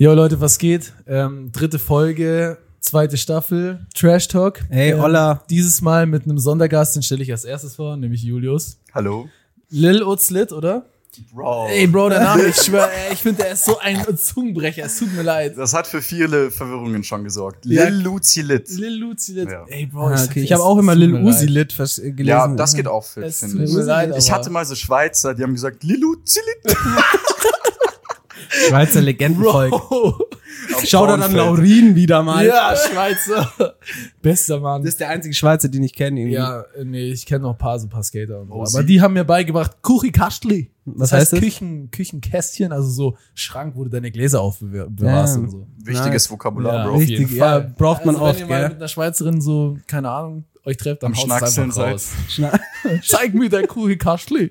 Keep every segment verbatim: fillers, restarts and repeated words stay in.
Jo Leute, was geht? Ähm, dritte Folge, zweite Staffel, Trash Talk. Hey, ähm, Olla. Dieses Mal mit einem Sondergast, den stelle ich als erstes vor, nämlich Julius. Hallo. Lil Uzlit, oder? Bro. Ey, Bro, der Name, ich schwöre, ich finde, der ist so ein Zungenbrecher, es tut mir leid. Das hat für viele Verwirrungen schon gesorgt. Ja. Lil Uzi Lit. Lil Uzlit. Ja. Ey, Bro, Ah, ich, okay. Ich habe auch immer Lil Uzi Lit vers- gelesen. Ja, das geht auch fit, Es finde tut ich. mir leid, Ich aber- hatte mal so Schweizer, die haben gesagt, Lil Uzi Lit. Schweizer Legendenvolk. Bro. Schau da dann Frauenfeld. Laurin wieder mal. Ja, Schweizer. Bester Mann. Das ist der einzige Schweizer, den ich kenne. irgendwie. Ja, äh, nee, ich kenne noch ein paar, so ein paar Skater und so. Oh, Aber sie- die haben mir beigebracht, Kuchikastli. Was das heißt heißt das? Küchen, Küchenkästchen, also so Schrank, wo du deine Gläser aufbewahrst Ja. und so. Wichtiges Vokabular, Ja, Bro. auf richtig, jeden ja, Fall. braucht man also, oft, wenn ihr mal gell? mit einer Schweizerin so, keine Ahnung, euch trefft, dann Am haut es einfach Schnackseln seid. raus. Schna- Zeig mir dein Kuchikastli.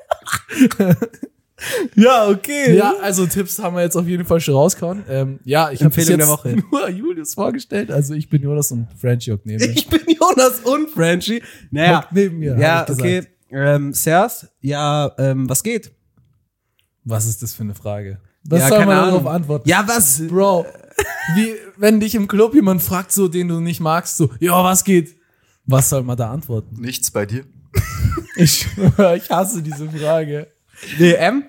ja, okay. Ja, also Tipps haben wir jetzt auf jeden Fall schon rausgehauen. Ähm, ja, ich habe bis Empfehlung jetzt der Woche. nur Julius vorgestellt. Also ich bin Jonas und Frenchie hockt neben mir. Ich bin Jonas und Frenchie. Naja, Hockt neben mir, ja, hab ich okay. gesagt. Ähm, Sers, ja, ähm, was geht? Was ist das für eine Frage? Was Ja, soll keine man Ahnung. darauf antworten? Ja, was? Bro, wie, wenn dich im Club jemand fragt, so, den du nicht magst, so, ja, was geht? Was soll man da antworten? Nichts bei dir. Ich, ich hasse diese Frage. W M?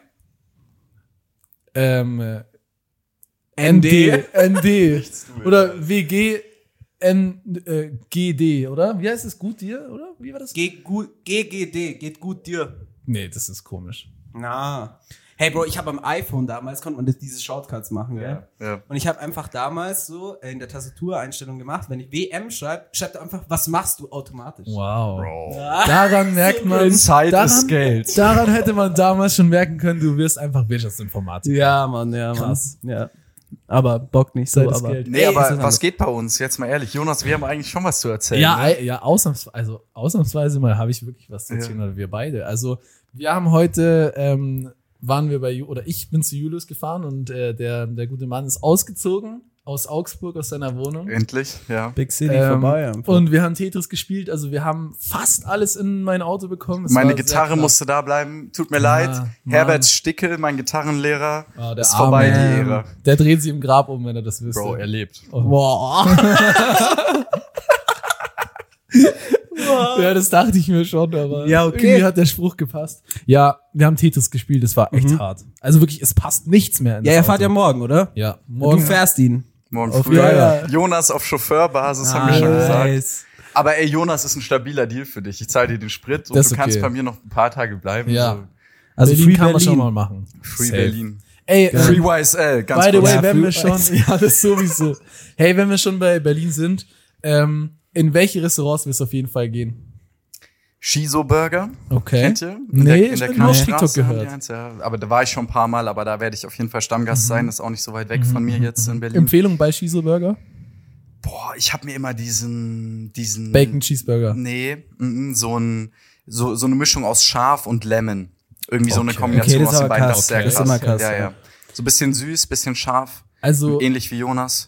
Ähm, äh, N D? N D. du, Oder W G N äh, G D, oder? Wie heißt es? Gut dir, oder? Wie war das? G G D, geht gut dir. Nee, das ist komisch. Na. Hey Bro, ich habe am iPhone damals, konnte man das, diese Shortcuts machen, gell? Ja. Und ich habe einfach damals so in der Tastatureinstellung gemacht, wenn ich W M schreibe, schreibt er einfach, was machst du automatisch? Wow. Bro. Daran merkt man, Zeit daran, ist Geld. daran hätte man damals schon merken können, du wirst einfach Wirtschaftsinformatiker. Ja, Mann, ja, Mann. Krass. Ja. Aber Bock nicht so, Zeit ist aber. Geld. Nee, Ey, aber ist das was anders. geht bei uns? Jetzt mal ehrlich. Jonas, wir haben eigentlich schon was zu erzählen. Ja, ne? ei- ja ausnahmsweise, also ausnahmsweise mal habe ich wirklich was zu erzählen, oder wir beide. Also wir haben heute, ähm, waren wir bei, Ju- oder ich bin zu Julius gefahren und äh, der, der gute Mann ist ausgezogen aus Augsburg, aus seiner Wohnung. Endlich, ja. Big City Ähm, vorbei. einfach. und wir haben Tetris gespielt, also wir haben fast alles in mein Auto bekommen. Es Meine war sehr Gitarre knapp. musste da bleiben. Tut mir leid. Mann. Herbert Stickel, mein Gitarrenlehrer, Ah, der ist Arme. vorbei, die Ähm, Ära. Der dreht sich im Grab um, wenn er das wüsste. Bro, er lebt. Oh. Boah. Ja, das dachte ich mir schon, aber Ja, okay. irgendwie hat der Spruch gepasst. Ja, wir haben Tetris gespielt, das war echt Mhm. hart. Also wirklich, es passt nichts mehr in Ja, das er fährt ja Auto. morgen, oder? Ja, Du morgen. fährst ihn. Morgen Auf früh. jeden Fall. Jonas auf Chauffeurbasis, haben wir schon gesagt. Nice. Aber ey, Jonas ist ein stabiler Deal für dich. Ich zahle dir den Sprit und Das du ist kannst okay. bei mir noch ein paar Tage bleiben. Ja. So. Also Berlin Free kann man Berlin. schon mal machen. Free Safe. Berlin. Ey, Free ähm, Y S L, ganz by the kurz. way, Ja, wenn Free wir schon, ja, das sowieso. Hey, wenn wir schon bei Berlin sind, ähm, in welche Restaurants willst du auf jeden Fall gehen? Shiso Burger. Okay. Kennt ihr? In Nee, der, in ich der hab nur auf Karlstraße TikTok haben die gehört. eins, ja. Aber da war ich schon ein paar Mal, aber da werde ich auf jeden Fall Stammgast Mhm. sein. Ist auch nicht so weit weg von mir jetzt in Berlin. Empfehlung bei Shiso Burger? Boah, ich habe mir immer diesen, diesen Bacon Cheeseburger. Nee, mm, so ein so so eine Mischung aus Scharf und Lemon. Irgendwie so eine Okay. Kombination Okay, das ist aus den aber beiden. krass. Das ist sehr Okay, krass. das ist immer krass, ja, ja. ja. So ein bisschen süß, bisschen scharf, Also, ähnlich wie Jonas.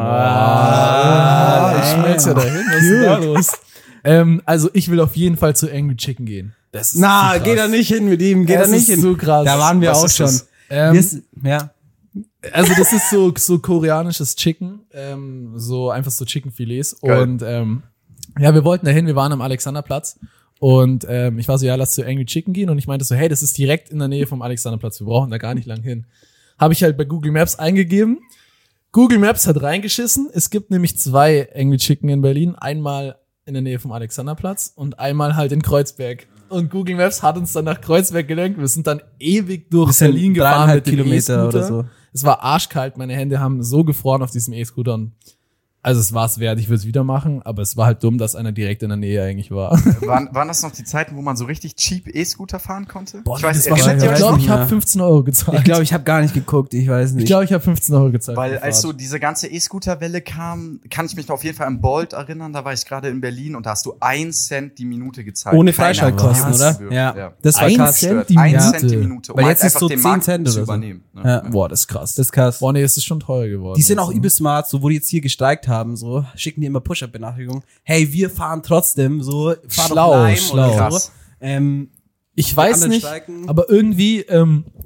ah, ich schmelz ja dahin. Was ist denn da los? Ähm, also, ich will auf jeden Fall zu Angry Chicken gehen. Das ist Na, zu krass. geh da nicht hin mit ihm, geh Das da nicht ist hin. so krass. Da waren wir Was auch ist schon. das? Ähm, Wir s- ja. Also das ist so so koreanisches Chicken, ähm, so einfach so Chickenfilets. Geil. Und ähm, ja, wir wollten dahin, wir waren am Alexanderplatz und ähm, ich war so, ja, lass zu Angry Chicken gehen und ich meinte so, hey, das ist direkt in der Nähe vom Alexanderplatz, wir brauchen da gar nicht lang hin. Habe ich halt bei Google Maps eingegeben. Google Maps hat reingeschissen. Es gibt nämlich zwei Angry Chicken in Berlin, einmal in der Nähe vom Alexanderplatz und einmal halt in Kreuzberg. Und Google Maps hat uns dann nach Kreuzberg gelenkt. Wir sind dann ewig durch Das sind Berlin gefahren dreieinhalb mit dem Kilometer E-Scooter. oder so. Es war arschkalt, meine Hände haben so gefroren auf diesem E-Scooter und also es war es wert, ich würde es wieder machen, aber es war halt dumm, dass einer direkt in der Nähe eigentlich war. Waren, waren das noch die Zeiten, wo man so richtig cheap E-Scooter fahren konnte? Boah, ich weiß, das war erinnert schon, ihr ich euch glaube, noch? ich habe mehr. fünfzehn Euro gezahlt. Ich glaube, ich habe gar nicht geguckt, ich weiß nicht. ich, glaub, ich habe fünfzehn Euro gezahlt. Weil für als Fahrt. so diese ganze E-Scooter-Welle kam, kann ich mich noch auf jeden Fall an Bolt erinnern, da war ich gerade in Berlin und da hast du ein Cent die Minute gezahlt. Ohne Keiner Freischaltkosten, hat oder? gewürgt, Ja, das war Ein krass. Cent die Ein Minute. Cent die Minute, um Weil halt jetzt ist einfach so den zehn Markt Cent zu oder so. übernehmen. Ne? Ja. Boah, das ist krass. Das ist krass. Boah, nee, es ist schon teuer geworden. Die sind auch jetzt, ne? übel smart, so wo die jetzt hier gestreikt haben, so schicken die immer Push-Up-Benachrichtigungen. Hey, wir fahren trotzdem, so fahr Schlau, doch Lime schlau. oder so. Krass. Ähm, Ich weiß anderen nicht, streiken. aber irgendwie, ähm,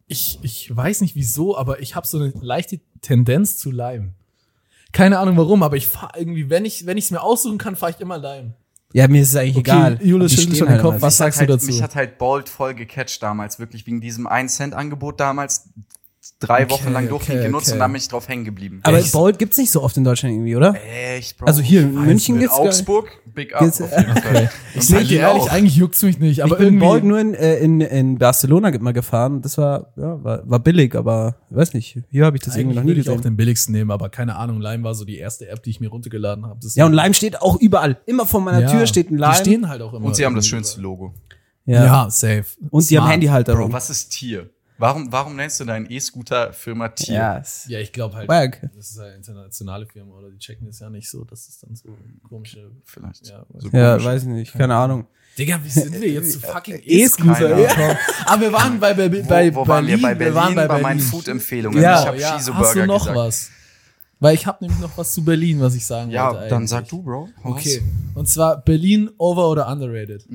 Ich, ich weiß nicht wieso, aber ich habe so eine leichte Tendenz zu Lime. Keine Ahnung warum, aber ich fahr irgendwie, wenn ich wenn ich es mir aussuchen kann, fahre ich immer Lime. Ja, mir ist es eigentlich Okay, egal. Julius Die schüttelt stehen schon den halt Kopf. immer. Was Mich hat sagst du halt, dazu? Mich hat halt Bold voll gecatcht damals, wirklich wegen diesem ein Cent Angebot damals. Drei Okay, Wochen lang durchgehend okay, genutzt okay. und dann bin ich drauf hängen geblieben. Aber Echt? Bolt gibt's nicht so oft in Deutschland irgendwie, oder? Echt, Bro. Also hier in Ich weiß München nicht. gibt's Augsburg, Big Up. Gibt's- Auf jeden Fall. Ich Und sag dir Berlin ehrlich, auch. eigentlich juckt's mich nicht, aber ich bin irgendwie Bolt nur in, äh, in, in Barcelona mal gefahren. Das war, ja, war, war billig, aber weiß nicht. Hier habe ich das irgendwie eigentlich noch nie würde ich auch gesehen. den billigsten nehmen, aber keine Ahnung, Lime war so die erste App, die ich mir runtergeladen habe. Ja, und Lime steht auch überall. Immer vor meiner Tür steht ein Lime. Die stehen halt auch immer. Und sie haben das irgendwie schönste Logo. ja. Ja, safe. Und die haben Smart. Handyhalterung. Bro, was ist Tier? Warum, warum nennst du deinen E-Scooter Firma Tier? Ja, es- Ja, ich glaube halt, Wack. das ist halt internationale Firma oder die checken das ja nicht so, dass es dann so komische. Vielleicht. Ja, So ja, komisch. weiß nicht, keine Ahnung. Digga, wie sind wir jetzt zu fucking E-Scooter, E-Scooter? ja. Aber wir waren bei, bei, Wo, bei wo waren wir? Berlin. Bei Berlin, wir waren bei bei meinen Berlin. Food-Empfehlungen. Ja, ich habe ja, Shiso hast du Burger noch gesagt. was? Weil ich habe nämlich noch was zu Berlin, was ich sagen Ja, wollte. dann eigentlich. sag du, Bro. Hau raus. Okay. Und zwar Berlin over oder underrated?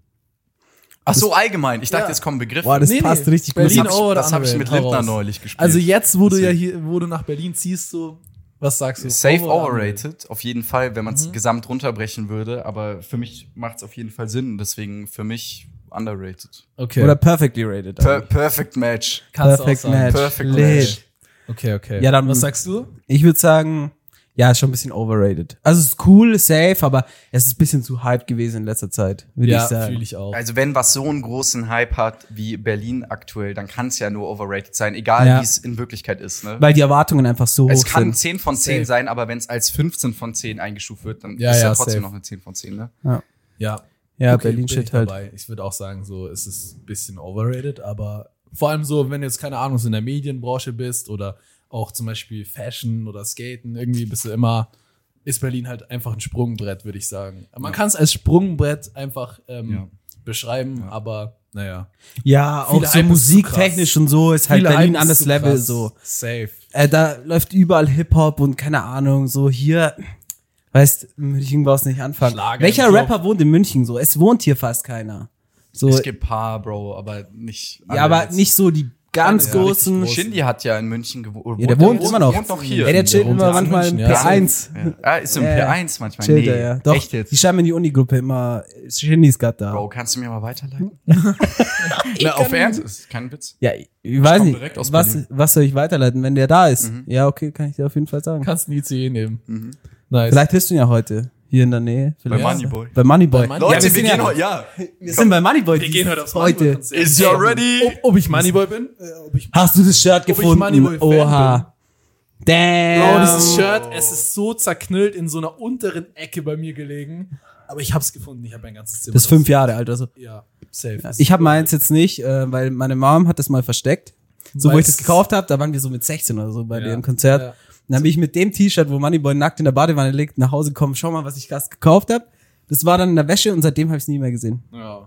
Ach so, allgemein. Ich dachte, Ja. jetzt kommen Begriffe. Boah, das Nee, nee, passt richtig gut. Berlin das habe over ich, oder das hab ich mit underrated? Hau Lindner raus. neulich gespielt. Also jetzt, wo du ja Deswegen. hier, wo du nach Berlin ziehst, so, was sagst du? Safe Over oder overrated, auf jeden Fall, wenn man es Mhm. gesamt runterbrechen würde. Aber für mich macht es auf jeden Fall Sinn. Deswegen für mich underrated. Okay. Oder perfectly rated. Per perfect Match. Kannst du auch Perfect sagen. Match. Perfect Lit. Match. Okay, okay. Ja, dann- was sagst du? Ich würde sagen, ja, ist schon ein bisschen overrated. Also es ist cool, safe, aber es ist ein bisschen zu hype gewesen in letzter Zeit, würde Ja, ich sagen. fühle ich auch. Also wenn was so einen großen Hype hat wie Berlin aktuell, dann kann es ja nur overrated sein, egal Ja. wie es in Wirklichkeit ist. Ne? Weil die Erwartungen einfach so Es hoch kann sind. zehn von zehn Safe. sein, aber wenn es als fünfzehn von zehn eingestuft wird, dann Ja, ist ja, ja, trotzdem safe. noch eine zehn von zehn. Ne? Ja. Ja, Okay, Berlin bin shit ich halt. dabei. Ich würde auch sagen, so, es ist ein bisschen overrated, aber vor allem so, wenn du jetzt, keine Ahnung, so in der Medienbranche bist oder auch zum Beispiel Fashion oder Skaten, irgendwie bist du immer, ist Berlin halt einfach ein Sprungbrett, würde ich sagen. Man kann es als Sprungbrett einfach ähm, Ja. beschreiben, aber naja. Ja, auch Viele so Hype ist musiktechnisch und so ist halt Viele Berlin Hype an ist das zu Level krass. so. Safe. Äh, da läuft überall Hip-Hop und keine Ahnung, so hier, weißt, München brauchst nicht anfangen. Schlager Welcher im Club. Rapper wohnt in München so? Es wohnt hier fast keiner. So, Es gibt paar, Bro, aber nicht alle ja, aber jetzt. nicht so die ganz Ja, großen. richtig groß. Shindy hat ja in München gewohnt. Ja, der wohnt immer noch. Wohnt noch hier. Ja, der chillt wohnt immer jetzt in manchmal im München, P ja. eins. Ja. Ah, ist im Ja, P eins manchmal. Chillt Nee, er, ja. Doch, echt jetzt? die schreiben in die Uni-Gruppe immer, Shindy ist grad da. Bro, kannst du mir mal weiterleiten? Na, auf Ernst? Ist kein Witz. Ja, ich, ich weiß komm nicht, direkt aus was, Berlin. was soll ich weiterleiten, wenn der da ist? Ja, okay, kann ich dir auf jeden Fall sagen. Kannst einen I C E nehmen. Mhm. Nice. Vielleicht bist du ihn ja heute hier in der Nähe. Bei Vielleicht. Moneyboy. Bei Moneyboy. Bei Moneyboy. Leute, ja, wir wir sind gehen ja, heute, ja. wir sind bei Moneyboy. Wir gehen heute aufs heute. Moneyboy-Konzert. Is you ready? Ob, ob ich Moneyboy bin? Äh, ob ich Hast du das Shirt ich gefunden? Moneyboy-Fan Oha. Damn. Bro, dieses Shirt, es ist so zerknüllt in so einer unteren Ecke bei mir gelegen. Aber ich hab's gefunden, ich habe mein ganzes Zimmer. Das ist fünf Jahre alt, also. Ja, safe. Ich habe meins jetzt nicht, äh, weil meine Mom hat das mal versteckt. So, wo Weil ich das es- gekauft habe, da waren wir so mit sechzehn oder so bei Ja. dem Konzert. Ja. Und dann bin ich mit dem T-Shirt, wo Moneyboy nackt in der Badewanne liegt, nach Hause gekommen. Schau mal, was ich gerade gekauft habe. Das war dann in der Wäsche und seitdem habe ich es nie mehr gesehen. Ja.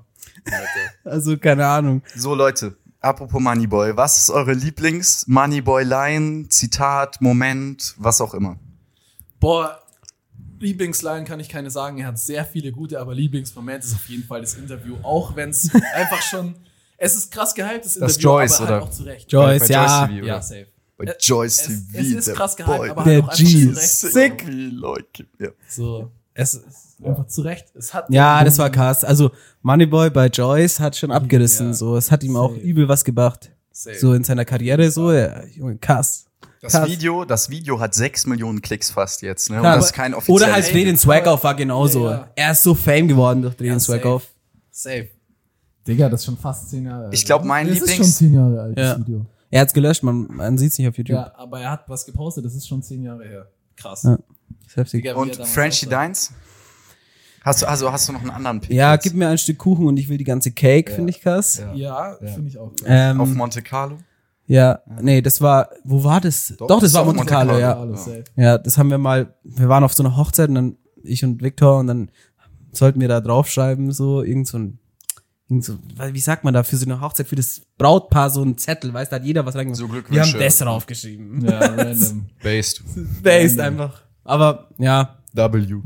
Also keine Ahnung. So, Leute, apropos Moneyboy, was ist eure Lieblings-Moneyboy-Line, Zitat, Moment, was auch immer? Boah, Lieblingsline kann ich keine sagen. Er hat sehr viele gute, aber Lieblingsmoment ist auf jeden Fall das Interview. Auch wenn es einfach schon, es ist krass gehypt, das Interview, Joyce, aber halt oder? auch zurecht. Joyce, Bei ja. Joyce T V, Ja, oder? safe. Bei Äh, Joyce Es, T V, es ist der krass Boy. gehypt, aber Der halt auch einfach G. zurecht. Sick. Wie Leute, ja. So, es ist einfach zurecht. Es hat Ja, das war krass. Also Moneyboy bei Joyce hat schon abgerissen. Ja. So, es hat ihm auch Safe. übel was gebracht. Safe. So in seiner Karriere so, ja, Junge, krass. Das Krass. Video, das Video hat sechs Millionen Klicks fast jetzt, ne? Und Klar, das ist aber- kein offizielles. Oder halt Dreh den Swag auf war genauso. Ja, ja. Er ist so Fame geworden durch Dreh Ja, den Swag safe. auf. Safe. Digga, das ist schon fast zehn Jahre alt. Ich glaube, mein Das ist schon Lieblings... zehn Jahre alt, Ja. das Video. Er hat's gelöscht, man, man sieht's nicht auf YouTube. Ja, aber er hat was gepostet, das ist schon zehn Jahre her. Krass. Ja. Das ist heftig. Digga, wie er Und damals Frenchie aussah. Deins? Hast du, also hast du noch einen anderen Pick Ja, jetzt? gib mir ein Stück Kuchen und ich will die ganze Cake, finde ich krass. Ja, finde ich auch. Ähm, Auf Monte Carlo? ja, nee, das war, wo war das? Doch, das das war war Monte Monte Carlo, Carlo. ja. Alles safe. Ja, das haben wir mal, wir waren auf so einer Hochzeit und dann ich und Victor und dann sollten wir da draufschreiben, so, irgend so ein, irgend so, wie sagt man da, für so eine Hochzeit, für das Brautpaar so ein Zettel, weißt du, da hat jeder was reingemacht. So Wir Glückwünsche. haben das draufgeschrieben. Ja, random. Based. Based einfach. Aber, ja. W.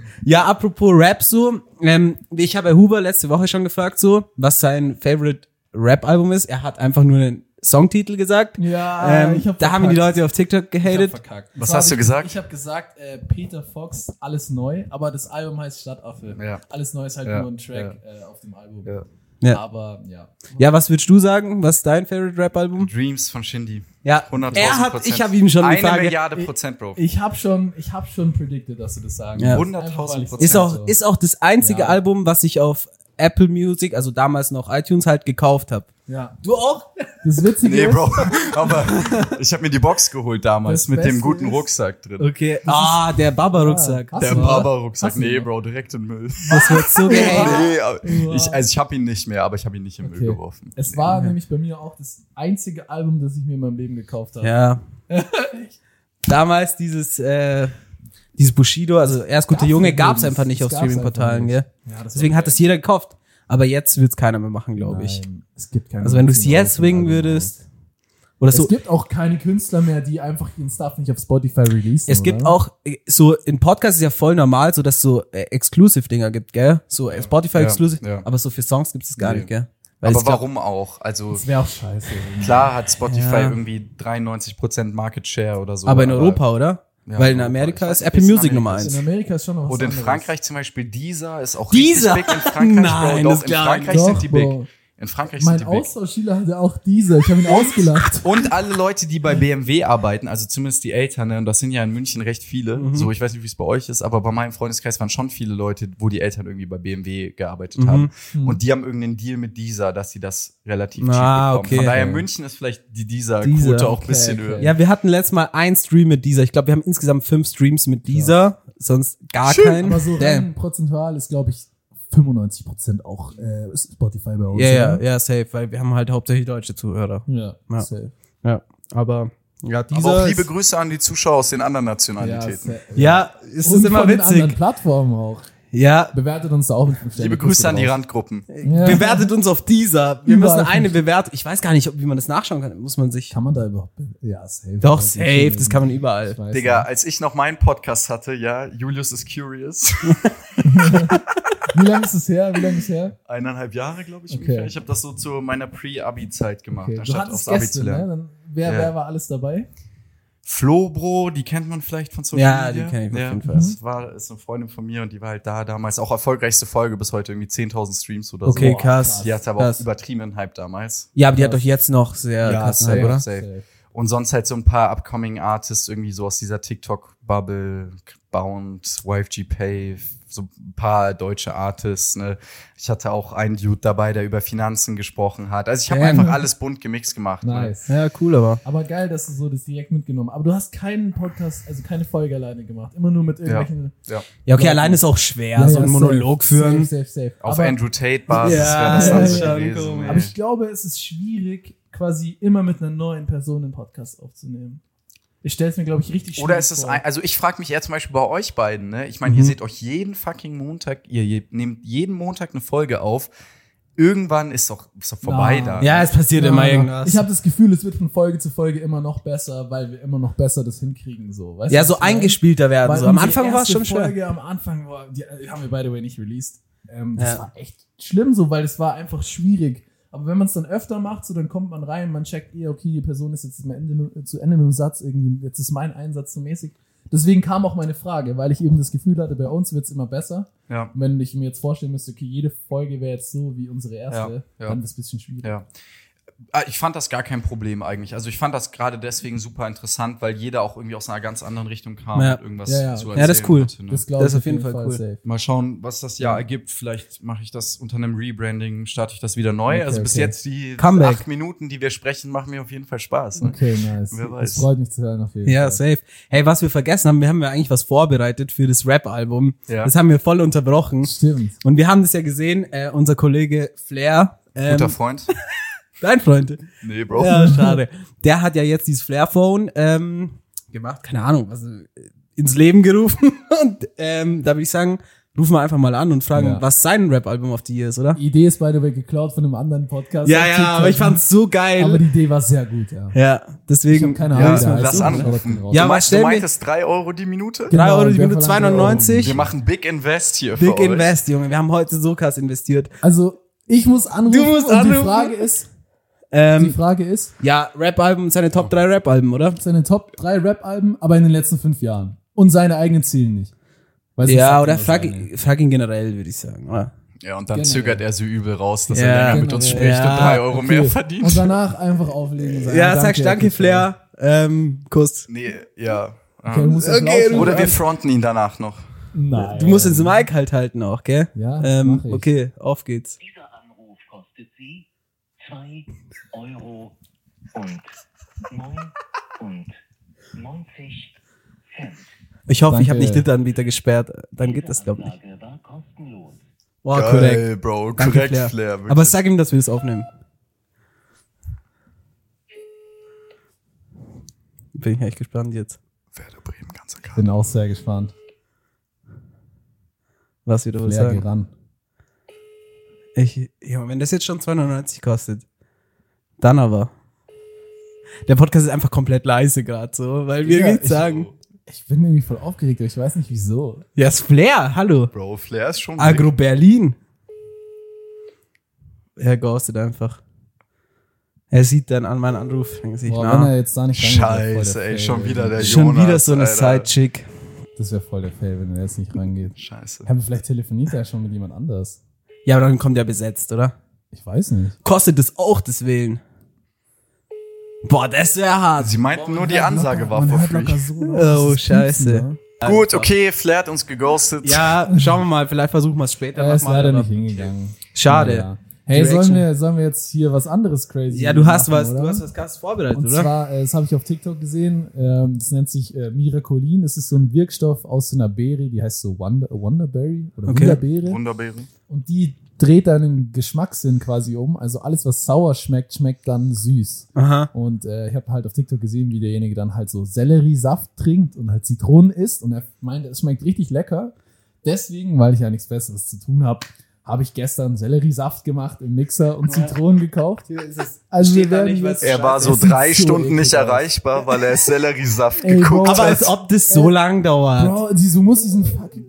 Ja, apropos Rap so, ähm, ich habe Herr Huber letzte Woche schon gefragt so, was sein Favorite Rap-Album ist. Er hat einfach nur einen Songtitel gesagt. Ja, ähm, ich hab da haben ihn die verkackt. Leute auf TikTok Ich hab gehatet. verkackt. Was Und zwar hast hab du ich, gesagt? Ich habe gesagt, äh, Peter Fox, alles neu, aber das Album heißt Stadtaffe. Ja. Alles neu ist halt Ja, nur ein Track äh, auf dem Album. Ja. Ja. Aber ja. Ja, was würdest du sagen? Was ist dein Favorite Rap-Album? Dreams von Shindy. Ja, hunderttausend er hat, Prozent. ich habe ihm schon die Eine Frage. Milliarde Prozent, Bro. Ich habe schon, ich habe schon predicted, dass du das sagen Ja. wirst. hunderttausend Einfach, weil ich's Prozent. Ist auch, so- ist auch das einzige Ja. Album, was ich auf Apple Music, also damals noch iTunes, halt gekauft habe. Ja. Du auch? Das Witzige Nee, ist, Bro. Aber ich habe mir die Box geholt damals Das mit dem Beste guten ist- Rucksack drin. Okay. Ah, der Baba-Rucksack. Ah, Der Hast du noch? Baba-Rucksack. Hast du Nee, noch? Bro, direkt in den Müll. Das wird so gehatet. Nee, aber Wow. ich, also ich habe ihn nicht mehr, aber ich habe ihn nicht in den Müll Okay. geworfen. Es war nämlich bei mir auch das einzige Album, das ich mir in meinem Leben gekauft habe. Ja. Damals dieses, äh, dieses Bushido, also erst gute gab's Junge, nicht, gab's das- einfach nicht das auf gab's Streaming-Portalen, einfach gell? Ja, das Deswegen war hat es geil. jeder gekauft. Aber jetzt wird's keiner mehr machen, glaube ich. Nein, es gibt keine Also wenn du es einzigen jetzt swingen Album. würdest, oder Es so. gibt auch keine Künstler mehr, die einfach ihren Stuff nicht auf Spotify releasen. Es gibt oder? auch, äh, so, in Podcasts ist ja voll normal, so dass es so äh, Exclusive-Dinger gibt, gell? So äh, Spotify-Exclusive, ja. aber so für Songs gibt es gar Nee. nicht, gell? Weil Aber ich glaub- warum auch? Also Das wäre auch scheiße. irgendwie. klar hat Spotify Ja. irgendwie dreiundneunzig Prozent Market Share oder so. Aber in Europa, oder? Ja, Weil in Europa. Amerika Ich ist weiß Apple nicht, wie es in Music Nummer Amerika eins. In Amerika ist schon noch was Und in anderes. Frankreich zum Beispiel Deezer ist auch Deezer? richtig big in Frankreich, Nein, Bro. das Doch, in glaub ich Frankreich Doch, sind die big. Bro. In Frankreich Mein sind die big. Austauschschüler hatte auch diese. Ich habe ihn ausgelacht. Und alle Leute, die bei B M W arbeiten, also zumindest die Eltern, ne, und das sind ja in München recht viele, Mhm. so, ich weiß nicht, wie es bei euch ist, aber bei meinem Freundeskreis waren schon viele Leute, wo die Eltern irgendwie bei B M W gearbeitet Mhm. haben. Mhm. Und die haben irgendeinen Deal mit Deezer, dass sie das relativ Ah, cheap bekommen. okay. Von daher, Ja. München ist vielleicht die Deezer-Quote Deezer, auch ein okay, bisschen okay. höher. Ja, wir hatten letztes Mal ein Stream mit dieser. Ich glaube, wir haben insgesamt fünf Streams mit dieser, sonst gar keinen. Aber so Damn. rein prozentual ist, glaube ich, fünfundneunzig Prozent auch äh, Spotify bei uns. Ja, ja, oder? ja, safe, weil wir haben halt hauptsächlich deutsche Zuhörer. Ja, Ja. safe. Ja, aber ja, dieser Aber auch liebe ist- Grüße an die Zuschauer aus den anderen Ja, Nationalitäten. safe. Ja, es ist Und immer von den anderen witzig. Plattformen auch. Ja, Bewertet uns da auch mit fünf Sternen. Liebe Grüße an die raus. Randgruppen. Ja. bewertet uns auf dieser. Wir Überall müssen eine fünf- Bewertung. Ich weiß gar nicht, ob, wie man das nachschauen kann. Muss man sich. Kann man da überhaupt? be- Ja, safe. Doch, Das ist safe, schon das kann man überall. Ich weiß Digga, nicht. als ich noch meinen Podcast hatte, ja, Julius is Curious, Wie lange ist es her? Wie lange ist es her? eineinhalb Jahre, glaube ich, Okay. ungefähr. Ich habe das so zu meiner Pre-Abi-Zeit gemacht, Okay. Du anstatt hattest aufs Abi Gäste, zu ne? lernen. Dann, wer, Ja. wer war alles dabei? Flo, Bro, die kennt man vielleicht von Social Ja, Media. die kenn ich auf ja, jeden Fall. Das war, ist eine Freundin von mir und die war halt da damals. Auch erfolgreichste Folge bis heute, irgendwie zehntausend Streams oder Okay, so. krass. Die hatte aber Krass. auch übertriebenen Hype damals. Ja, aber die hat doch jetzt noch sehr Ja, krassen safe. Hype, oder? Safe. Und sonst halt so ein paar upcoming Artists irgendwie so aus dieser TikTok-Bubble, Bound, Y F G Pay, so ein paar deutsche Artists. Ne? Ich hatte auch einen Dude dabei, der über Finanzen gesprochen hat. Also ich habe Damn. einfach alles bunt gemixt gemacht. Ne? Nice. Ja, cool, aber. Aber geil, dass du so das direkt mitgenommen hast. Aber du hast keinen Podcast, also keine Folge alleine gemacht. Immer nur mit irgendwelchen. Ja. Ja, okay, Ja, allein ist auch schwer, so einen safe, Monolog führen. Safe, safe, safe. Auf aber, Andrew Tate-Basis Ja, wäre das dann ja, so ja, gewesen. komm. ey. aber ich glaube, es ist schwierig, quasi immer mit einer neuen Person einen Podcast aufzunehmen. Ich stelle es mir, glaube ich, richtig schwierig Oder ist es vor. ein, also ich frage mich eher zum Beispiel bei euch beiden, ne? Ich meine, Mhm. ihr seht euch jeden fucking Montag, ihr, ihr nehmt jeden Montag eine Folge auf. Irgendwann ist doch, ist doch vorbei Na. da. Ja, es passiert immer Ja, irgendwas. Ich habe das Gefühl, es wird von Folge zu Folge immer noch besser, weil wir immer noch besser das hinkriegen. So, weißt ja, du, so was ich meine? eingespielter werden. Weil So. Am unsere Anfang war es erste schon schwer. Folge am Anfang war, die haben wir by the way nicht released. Ähm, das Ja. war echt schlimm so, weil es war einfach schwierig. Aber wenn man es dann öfter macht, so dann kommt man rein, man checkt eh, okay, die Person ist jetzt am Ende, zu Ende mit dem Satz irgendwie, jetzt ist mein Einsatz so mäßig. Deswegen kam auch meine Frage, weil ich eben das Gefühl hatte, bei uns wird's immer besser. Ja. Und wenn ich mir jetzt vorstellen müsste, okay, jede Folge wäre jetzt so wie unsere erste, Ja, ja. dann ist es ein bisschen schwierig. Ja. Ah, Ich fand das gar kein Problem eigentlich. Also ich fand das gerade deswegen super interessant, weil jeder auch irgendwie aus einer ganz anderen Richtung kam Ja. und irgendwas Ja, ja. zu Ja, erzählen das ist cool. hatte, ne? Das glaube Das ich ist auf jeden Fall cool. safe. Mal schauen, was das Jahr ergibt. Vielleicht mache ich das unter einem Rebranding, starte ich das wieder neu. Okay, also bis okay. jetzt die Comeback. acht Minuten, die wir sprechen, machen mir auf jeden Fall Spaß. Ne? Okay, nice. Wer weiß. Das freut mich zu hören auf jeden Ja, Fall. safe. Hey, was wir vergessen haben, wir haben ja eigentlich was vorbereitet für das Rap-Album. Ja. Das haben wir voll unterbrochen. Stimmt. Und wir haben das ja gesehen, äh, unser Kollege Flair, ähm, Guter Freund. dein Freund. Nee, Bro. Ja, schade. Der hat ja jetzt dieses Flair-Phone ähm, gemacht, keine Ahnung, was, äh, ins Leben gerufen. Und ähm, da würde ich sagen, rufen wir einfach mal an und fragen, Ja. was sein Rap-Album auf die ist, oder? Die Idee ist by the way geklaut von einem anderen Podcast. Ja, auf ja, TikTok. aber ich fand's so geil. Aber die Idee war sehr gut, ja. ja, deswegen. Ich hab keine Ja, Ahnung. wie der heißt. lass Ich anrufen. raus. Ja, du, aber meinst, du stell mir- meintest drei Euro die Minute? Genau, drei Euro die der Minute, verlangt zwei neunundneunzig. Wir machen Big Invest hier Big für euch. Invest, Junge. Wir haben heute so krass investiert. Also, Ich muss anrufen. Du musst und anrufen. Die Frage ist, die Ähm, Frage ist, ja, Rap-Alben, seine Top drei Rap-Alben, oder? seine Top drei Rap-Alben, aber in den letzten fünf Jahren. Und seine eigenen Ziele nicht. Weil sonst Ja, sagt oder er nur frag, seine. frag ihn generell, würde ich sagen, oder? Ja, und dann Generell. zögert er so übel raus, dass Ja, er länger mit uns generell. spricht Ja, und drei Euro Okay. mehr verdient. Und danach einfach auflegen und sagen, Ja, danke, sagst danke, Herr Fischer. Flair, ähm, Kuss. Nee, ja. Okay, du musst Okay, Applaus du- Oder wir machen. fronten ihn danach noch. Nein. Du musst ins Mic halt halten auch, gell? Ja, Ähm, mach ich. okay, auf geht's. Dieser Anruf kostet Sie zwei Euro und neunundneunzig Cent. Ich hoffe, ich habe Danke. nicht Drittanbieter gesperrt. Dann geht Diese das, glaube ich, nicht. Ansage war kostenlos. Wow, korrekt. Bro. Danke, Korrekt, Flair. Flair. wirklich. Aber sag ihm, dass wir das aufnehmen. Bin ich echt gespannt jetzt. Werder Bremen, ganzer Kader. Bin auch sehr gespannt. Was wir da wohl Flair, geh sagen. ran. Ich, ja, wenn das jetzt schon zwei neunundneunzig kostet, dann aber. Der Podcast ist einfach komplett leise gerade so, weil wir Ja, nichts ich- sagen. Ich bin irgendwie voll aufgeregt, aber ich weiß nicht wieso. Ja, ist Flair, hallo. Bro, Flair ist schon Agro Berlin. Er ghostet einfach. Er sieht dann an meinen Anruf. Denkt sich, Boah, na, wenn er jetzt da nicht rangeht, wär voll Scheiße, der ey, Fail, schon wieder der schon Jonas, wieder so eine Alter. Side-Chick. Das wäre voll der Fail, wenn er jetzt nicht rangeht. Scheiße. Ja, aber vielleicht telefoniert er schon mit jemand anders. Ja, aber dann kommt er besetzt, oder? Ich weiß nicht. Kostet das auch das Wählen? Boah, das wäre hart. Sie meinten nur, die Ansage war Man for hört free. locker so laut, Oh, dieses scheiße. Piepsen, ne? Gut, okay, Flair hat uns geghostet. Ja, schauen wir mal. Vielleicht versuchen wir es später Er ist nochmal, leider aber- nicht hingegangen. Schade. Naja. Hey, Direction. sollen wir, sollen wir jetzt hier was anderes crazy Ja, du hast machen, was, oder? du hast was krasses vorbereitet, Und oder? zwar, äh, das habe ich auf TikTok gesehen, ähm, das nennt sich äh, Miracolin. Das ist so ein Wirkstoff aus so einer Beere, die heißt so Wonder, Wonderberry oder Okay. Wunderbeere. Wunderbeere. Und die dreht deinen Geschmackssinn quasi um. Also alles, was sauer schmeckt, schmeckt dann süß. Aha. Und äh, ich habe halt auf TikTok gesehen, wie derjenige dann halt so Selleriesaft trinkt und halt Zitronen isst. Und er meinte, es schmeckt richtig lecker. Deswegen, weil ich ja nichts Besseres zu tun habe, habe ich gestern Selleriesaft gemacht im Mixer und Zitronen gekauft. Also wir Steht da werden nicht, was- jetzt, Er war so Es sieht drei so Stunden nicht eklig aus. erreichbar, weil er Selleriesaft Ey, geguckt Bro. Aber als hat. ob das so lang dauert. Bro, die, du musst diesen fucking,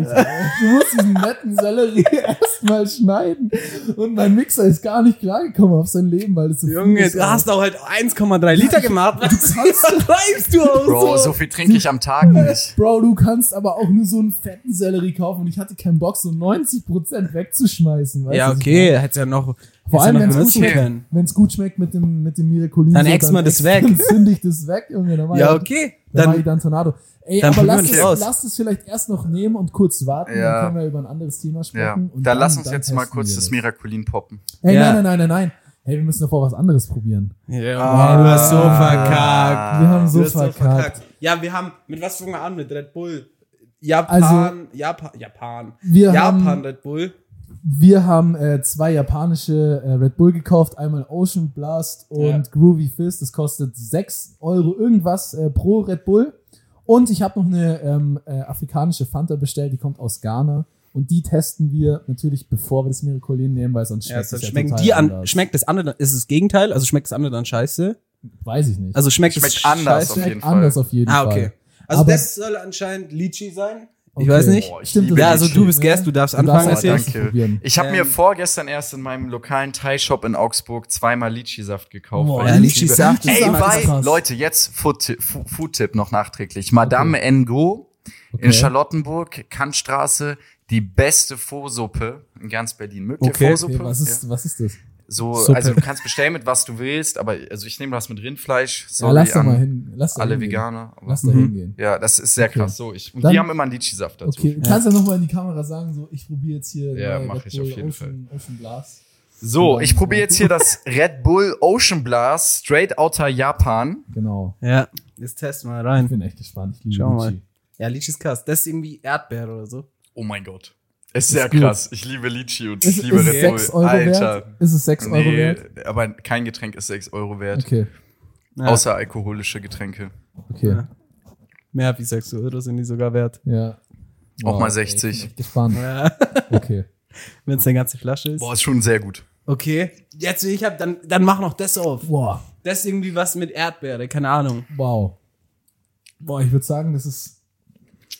du musst diesen netten Sellerie erstmal schneiden. Und mein Mixer ist gar nicht klargekommen auf sein Leben, weil das so viel Junge, ist. du hast doch halt eins Komma drei Liter gemacht. Was treibst du aus? Bro, so viel trinke ich am Tag nicht. Bro, du kannst aber auch nur so einen fetten Sellerie kaufen und ich hatte keinen Bock, so neunzig Prozent wegzuschmeißen. Weißt Ja, du, was ich okay, meine? hättest ja noch, Vor hättest allem, ja wenn noch es gut benutzen schmeckt, können. wenn's gut schmeckt mit dem, mit dem Miracolin. Dann ex mal das weg. Dann zünd ich das weg, Junge. Dann mach Ja, ich- okay. Dann, mach ich Dann, dann Tornado. Ey, dann aber probieren lass wir es, das aus. lass es vielleicht erst noch nehmen und kurz warten, Ja. dann können wir über ein anderes Thema sprechen. Ja, und dann lass uns dann jetzt mal testen kurz wir das Miraculin poppen. Ey, Ja. nein, nein, nein, nein, nein. Hey, wir müssen davor was anderes probieren. ja, Ah. du hast so verkackt. Wir haben so Du hast verkackt. Ja, wir haben, mit was fangen wir an? Mit Red Bull. Japan, Also- Japan, Japan. Wir Japan haben, Red Bull. wir haben äh, zwei japanische äh, Red Bull gekauft. Einmal Ocean Blast und Ja. Groovy Fist. Das kostet sechs Euro irgendwas äh, pro Red Bull. Und ich habe noch eine ähm, äh, afrikanische Fanta bestellt, die kommt aus Ghana. Und die testen wir natürlich, bevor wir das Miracolin nehmen, weil sonst Ja, schmeckt sonst es ja schmecken total die an, anders. schmeckt das andere, dann- ist es das Gegenteil? Also schmeckt das andere dann scheiße? Weiß ich nicht. Also schmeckt, Schmeckt es anders scheiße? auf jeden schmeckt Fall. anders auf jeden Ah, Fall. okay. Also Aber- das soll anscheinend Litchi sein? Ich Okay. weiß nicht. Boah, ich Stimmt, liebe das Ja, ist also Litchi. du bist Gast, du darfst Du darfst anfangen. als erzählen. erstes danke. probieren. Ich habe Ähm, mir vorgestern erst in meinem lokalen Thai-Shop in Augsburg zweimal Litchi-Saft gekauft. Boah, weil Ja, ich Litchi liebe- Saft ist Ey, immer weil, krass. Leute, jetzt Food-Tipp Fu- Food-Tipp noch nachträglich. Madame Ngo Okay. in Charlottenburg, Kantstraße, die beste Pho-Suppe in ganz Berlin. Mögt ihr Okay. Pho-Suppe? Okay, was ist, was ist das? So, Suppe. also du kannst bestellen mit was du willst, aber also ich nehme was mit Rindfleisch. Ja, Sorry lass da an mal hin. Lass da alle hingehen. Veganer. Aber Lass da hingehen. ja, das ist sehr Okay. krass. So, ich, und Dann- die haben immer einen Litchi-Saft dazu. Okay, du kannst ja nochmal in die Kamera sagen, so, ich probiere jetzt hier Ja, neue mach Red ich Bull auf jeden Ocean, Ocean Blast. So, ich probiere jetzt hier das Red Bull Ocean Blast Straight Outta Japan. Genau. Ja, jetzt testen wir Ich rein. bin echt gespannt. Ich liebe Schau mal. Litchi. Ja, Litchi ist krass. Das ist irgendwie Erdbeere oder so. Oh mein Gott. Ist sehr gut. krass. Ich liebe Litchi und ich Ist, liebe ist es Red Bull. sechs Euro Alter. wert? Ist es sechs Euro Nee, wert? aber kein Getränk ist sechs Euro wert. Okay, Ja. Außer alkoholische Getränke. okay. Ja. Mehr wie sechs Euro sind die sogar wert. Ja. Auch mal ey, sechzig. Ich bin echt gespannt. Ja. Okay. Wenn es eine ganze Flasche ist. Boah, ist schon sehr gut. Okay. Jetzt, ich hab, dann, dann mach noch das auf. Boah. Das ist irgendwie was mit Erdbeere, keine Ahnung. Wow. Boah, ich würde sagen, das ist.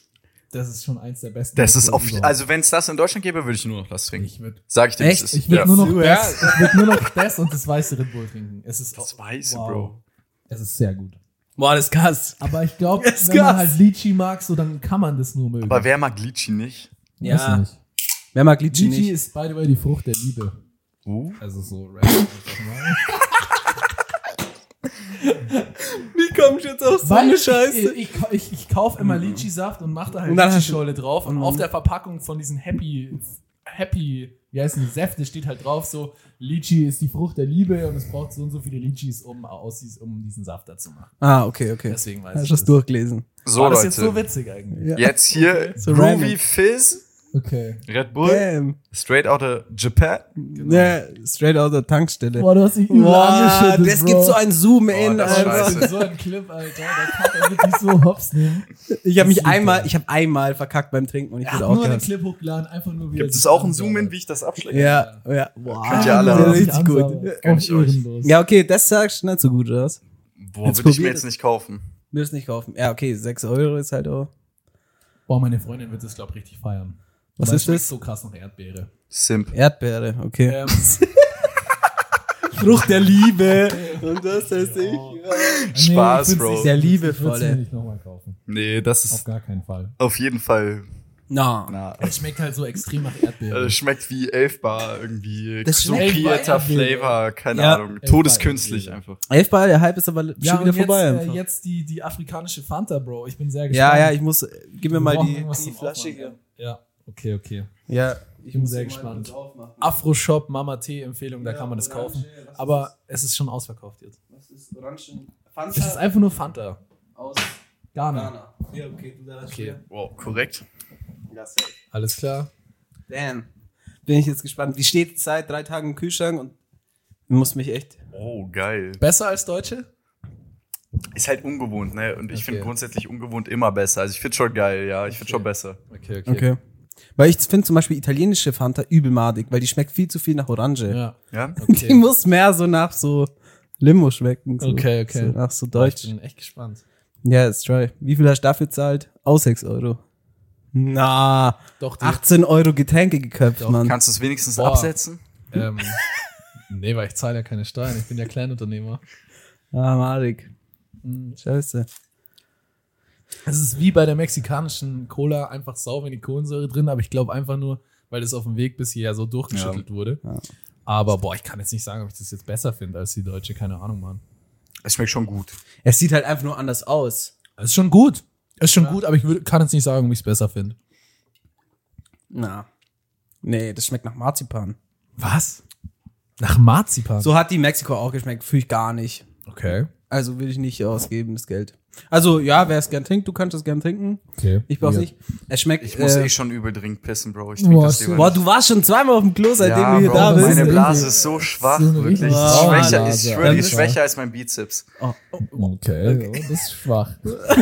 Das ist schon eins der besten. Das ist Red Bull auf, überhaupt. also wenn es das in Deutschland gäbe, würde ich nur noch das trinken. Ich würde Sag ich dir, Echt? das ist. ich würd ja. nur noch Ja. das, ich würd nur noch das und das weiße Red Bull trinken. Es ist Das Weiße, wow. Bro. Es ist sehr gut. Boah, das ist krass. Aber ich glaube, Das ist wenn man krass. halt Litchi mag, so dann kann man das nur mögen. Aber wer mag Litchi nicht? Weiß Ja. nicht. Wer mag Litchi Litchi nicht? ist by the way die Frucht der Liebe. Uh. Also so random einfach mal. Wie kommst du jetzt auf Weil ich, ich, ich, ich kaufe immer Litchi-Saft und mache da halt Und dann hast du- Litchi-Schorle drauf und auf der Verpackung von diesen Happy, Happy, wie heißen die Säfte, steht halt drauf so, Litchi ist die Frucht der Liebe und es braucht so und so viele Litchis, um, aus, dies- um diesen Saft da zu machen. Ah, okay, okay. Deswegen weiß Hast ich du das das. durchgelesen? So, War das Leute. jetzt so witzig eigentlich? Ja. Jetzt hier So Groovy random. Fizz, Okay. Red Bull, Damn. straight out of Japan. Ja, straight out der Tankstelle. Boah, du hast dich übel Boah, angeschüttet, das Bro. gibt so ein Zoom-In, das ist Alter. scheiße. So ein Clip, Alter. Der kann er wirklich so hops nehmen. Ich habe mich Super. einmal, ich habe einmal verkackt beim Trinken und ich Er hat wurde auch nur einen gehasst. Clip hochgeladen, einfach nur wie er Gibt es sich auch ein anschaut. Zoom-In, wie ich das abschlecke? Ja, ja. Boah, Könnt ihr alle das haben. ist richtig gut. Gönn Auf ich euch. ehrenlos. Ja, okay, das sagst du nicht so gut, oder was? Boah, Jetzt würde ich mir probier jetzt das. nicht kaufen. Will es nicht kaufen. Ja, okay, sechs Euro ist halt auch. Boah, meine Freundin wird das, glaube ich, richtig feiern. Was Weil ist es schmeckt das? so krass nach Erdbeere. Simp. Erdbeere, okay. Ähm, Frucht der Liebe. Und das heißt ich. Spaß, nee, ich Bro. find's Der nicht- Liebevolle. Ich würde es mir nicht nochmal kaufen. Nee, das Auf ist gar keinen Fall. auf jeden Fall. Na. Na, Es schmeckt halt so extrem nach Erdbeere. äh, schmeckt wie Elfbar irgendwie. Das so schmeckt kreierter wie Erdbeere. Flavor, keine Ja. Ahnung. Elfbar Todeskünstlich Erdbeere. einfach. Elfbar, der Hype ist aber schon ja, wieder und jetzt, vorbei. äh, einfach. jetzt die, die afrikanische Fanta, Bro. Ich bin sehr gespannt. Ja, ja, ich muss, gib mir Wir mal brauchen die, irgendwas die zum Flasche Aufmachen. hier. Ja, okay, okay. Ja, Ich bin muss sehr die mal gespannt. kurz aufmachen. Afro-Shop, Mama-Tee-Empfehlung, da Ja, kann man das Orange, kaufen. was Aber ist es ist schon ausverkauft jetzt. Was ist Orangen? Es ist Fanta einfach nur Fanta. aus Ghana. Ghana. Ja, okay, du darfst. Okay, Wow, korrekt. Ja, safe. alles klar. Damn. Bin ich jetzt gespannt. Wie steht es seit drei Tagen im Kühlschrank und muss mich echt. Oh, geil. Besser als Deutsche? Ist halt ungewohnt, ne? Und ich Okay. finde grundsätzlich ungewohnt immer besser. Also ich finde schon geil, ja. Ich finde Okay. schon besser. Okay, okay. Okay. Weil ich finde zum Beispiel italienische Fanta übel madig, weil die schmeckt viel zu viel nach Orange. Ja, Ja? Die okay. muss mehr so nach so Limo schmecken. So. Okay, okay. So nach so Ich deutsch. bin echt gespannt. Ja, let's try. Wie viel hast du dafür gezahlt? Auch sechs Euro. Na, Doch, die, achtzehn Euro Getränke geköpft, Doch, Mann. Kannst du es wenigstens Boah. absetzen? ähm, nee, weil ich zahle ja keine Steuern. Ich bin ja Kleinunternehmer. Ah, madig. Mhm. Scheiße. Es ist wie bei der mexikanischen Cola, einfach sau wenig Kohlensäure drin, aber ich glaube einfach nur, weil das auf dem Weg bis hierher so durchgeschüttelt wurde. Ja. Aber boah, ich kann jetzt nicht sagen, ob ich das jetzt besser finde als die deutsche, keine Ahnung, Mann. Es schmeckt schon gut. Es sieht halt einfach nur anders aus. Es ist schon gut. Es ist schon gut, aber ich würd, kann jetzt nicht sagen, ob ich es besser finde. Na. Nee, das schmeckt nach Marzipan. Was? Nach Marzipan? So hat die Mexiko auch geschmeckt. Fühl ich gar nicht. Okay. Also will ich nicht ausgeben, das Geld. Also, ja, wer es gern trinkt, du kannst es gern trinken. Okay. Ich brauch's Ja. nicht. Es schmeckt. Ich muss äh, eh schon übel dringend pissen, Bro. Ich trinke Boah, das so- lieber Boah, nicht. du warst schon zweimal auf dem Klo, seitdem ja, du hier Bro, da bist. meine Das ist Blase irgendwie- ist so schwach, so eine wirklich. richtige Ist schwächer, Blase. ich schwöre, die ist Ja. schwächer als mein Bizeps. Okay, oh, das ist schwach.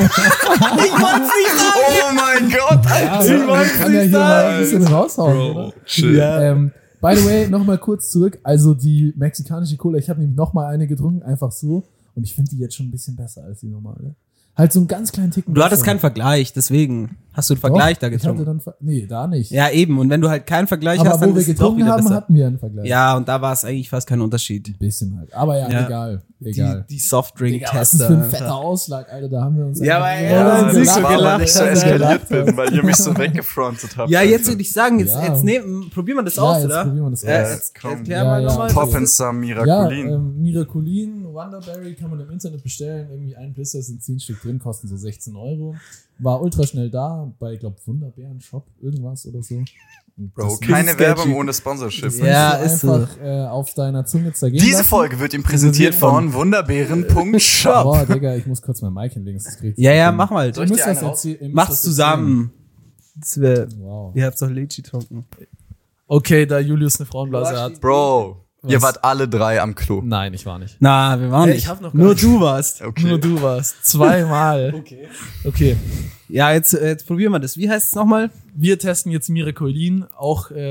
Oh mein Gott, Alter. Also, man kann ja hier mal ein bisschen raushauen, oder? Shit. Ja. Ähm, by the way, nochmal kurz zurück. Also die mexikanische Cola, ich habe nämlich nochmal eine getrunken, einfach so. Und ich finde die jetzt schon ein bisschen besser als die normale. Halt so einen ganz kleinen Ticken Du hattest besser. keinen Vergleich, deswegen hast du einen Doch, Vergleich da ich hatte getrunken. dann Ver nee, da nicht. Ja, eben. Und wenn du halt keinen Vergleich aber hast, wo dann wir ist es doch getrunken wieder haben, besser. hatten wir einen Vergleich. Ja, und da war es eigentlich fast kein Unterschied. Ein bisschen halt. Aber ja, Ja. egal. Die, Egal. die Digga, was ist Softdrink-Tester. für ein fetter Ausschlag, Alter. Da haben wir uns Ja, einfach- aber Ja, ja, da das ist so war, gelacht, weil ich so Alter. eskaliert bin, weil ihr mich so weggefrontet habt. Ja, jetzt Alter. würde ich sagen, jetzt, Ja. jetzt nehmen, probieren wir das Ja, aus, jetzt oder? probieren wir das Ja, aus. jetzt Komm. erklär Ja, mal ja, nochmal. okay. Pop and Some Ja, Miraculin. ähm, Miraculin, Wonderberry kann man im Internet bestellen. Irgendwie ein Blister sind zehn Stück drin, kosten so sechzehn Euro. War ultra schnell da, bei, ich glaube, Wunderbeeren Shop, irgendwas oder so. Und Bro, das- keine sketchy. Werbung ohne Sponsorship. das Ja, musst ist du so. einfach äh, auf deiner Zunge zergehen Diese lassen. Folge wird ihm präsentiert von wunderbeeren.shop. Boah, Digga, ich muss kurz mein Mic hinlegen. Das dreht sich Ja, ja, um. mach mal. Ihr müsst dir das eine raus- erzählen. ihr müsst Macht's das zusammen. Das wär, erzählen. Wow. ihr habt doch Litchi getrunken. Okay, da Julius eine Frauenblase hat. Bro, ihr Was? wart alle drei am Klo. Nein, ich war nicht. Na, wir waren Hey, nicht. ich hab noch gar Nur nicht- du warst. Okay. Nur du warst. Zweimal. okay. Okay. Ja, jetzt, äh, jetzt probieren wir das. Wie heißt es nochmal? Wir testen jetzt Miraculin, auch äh,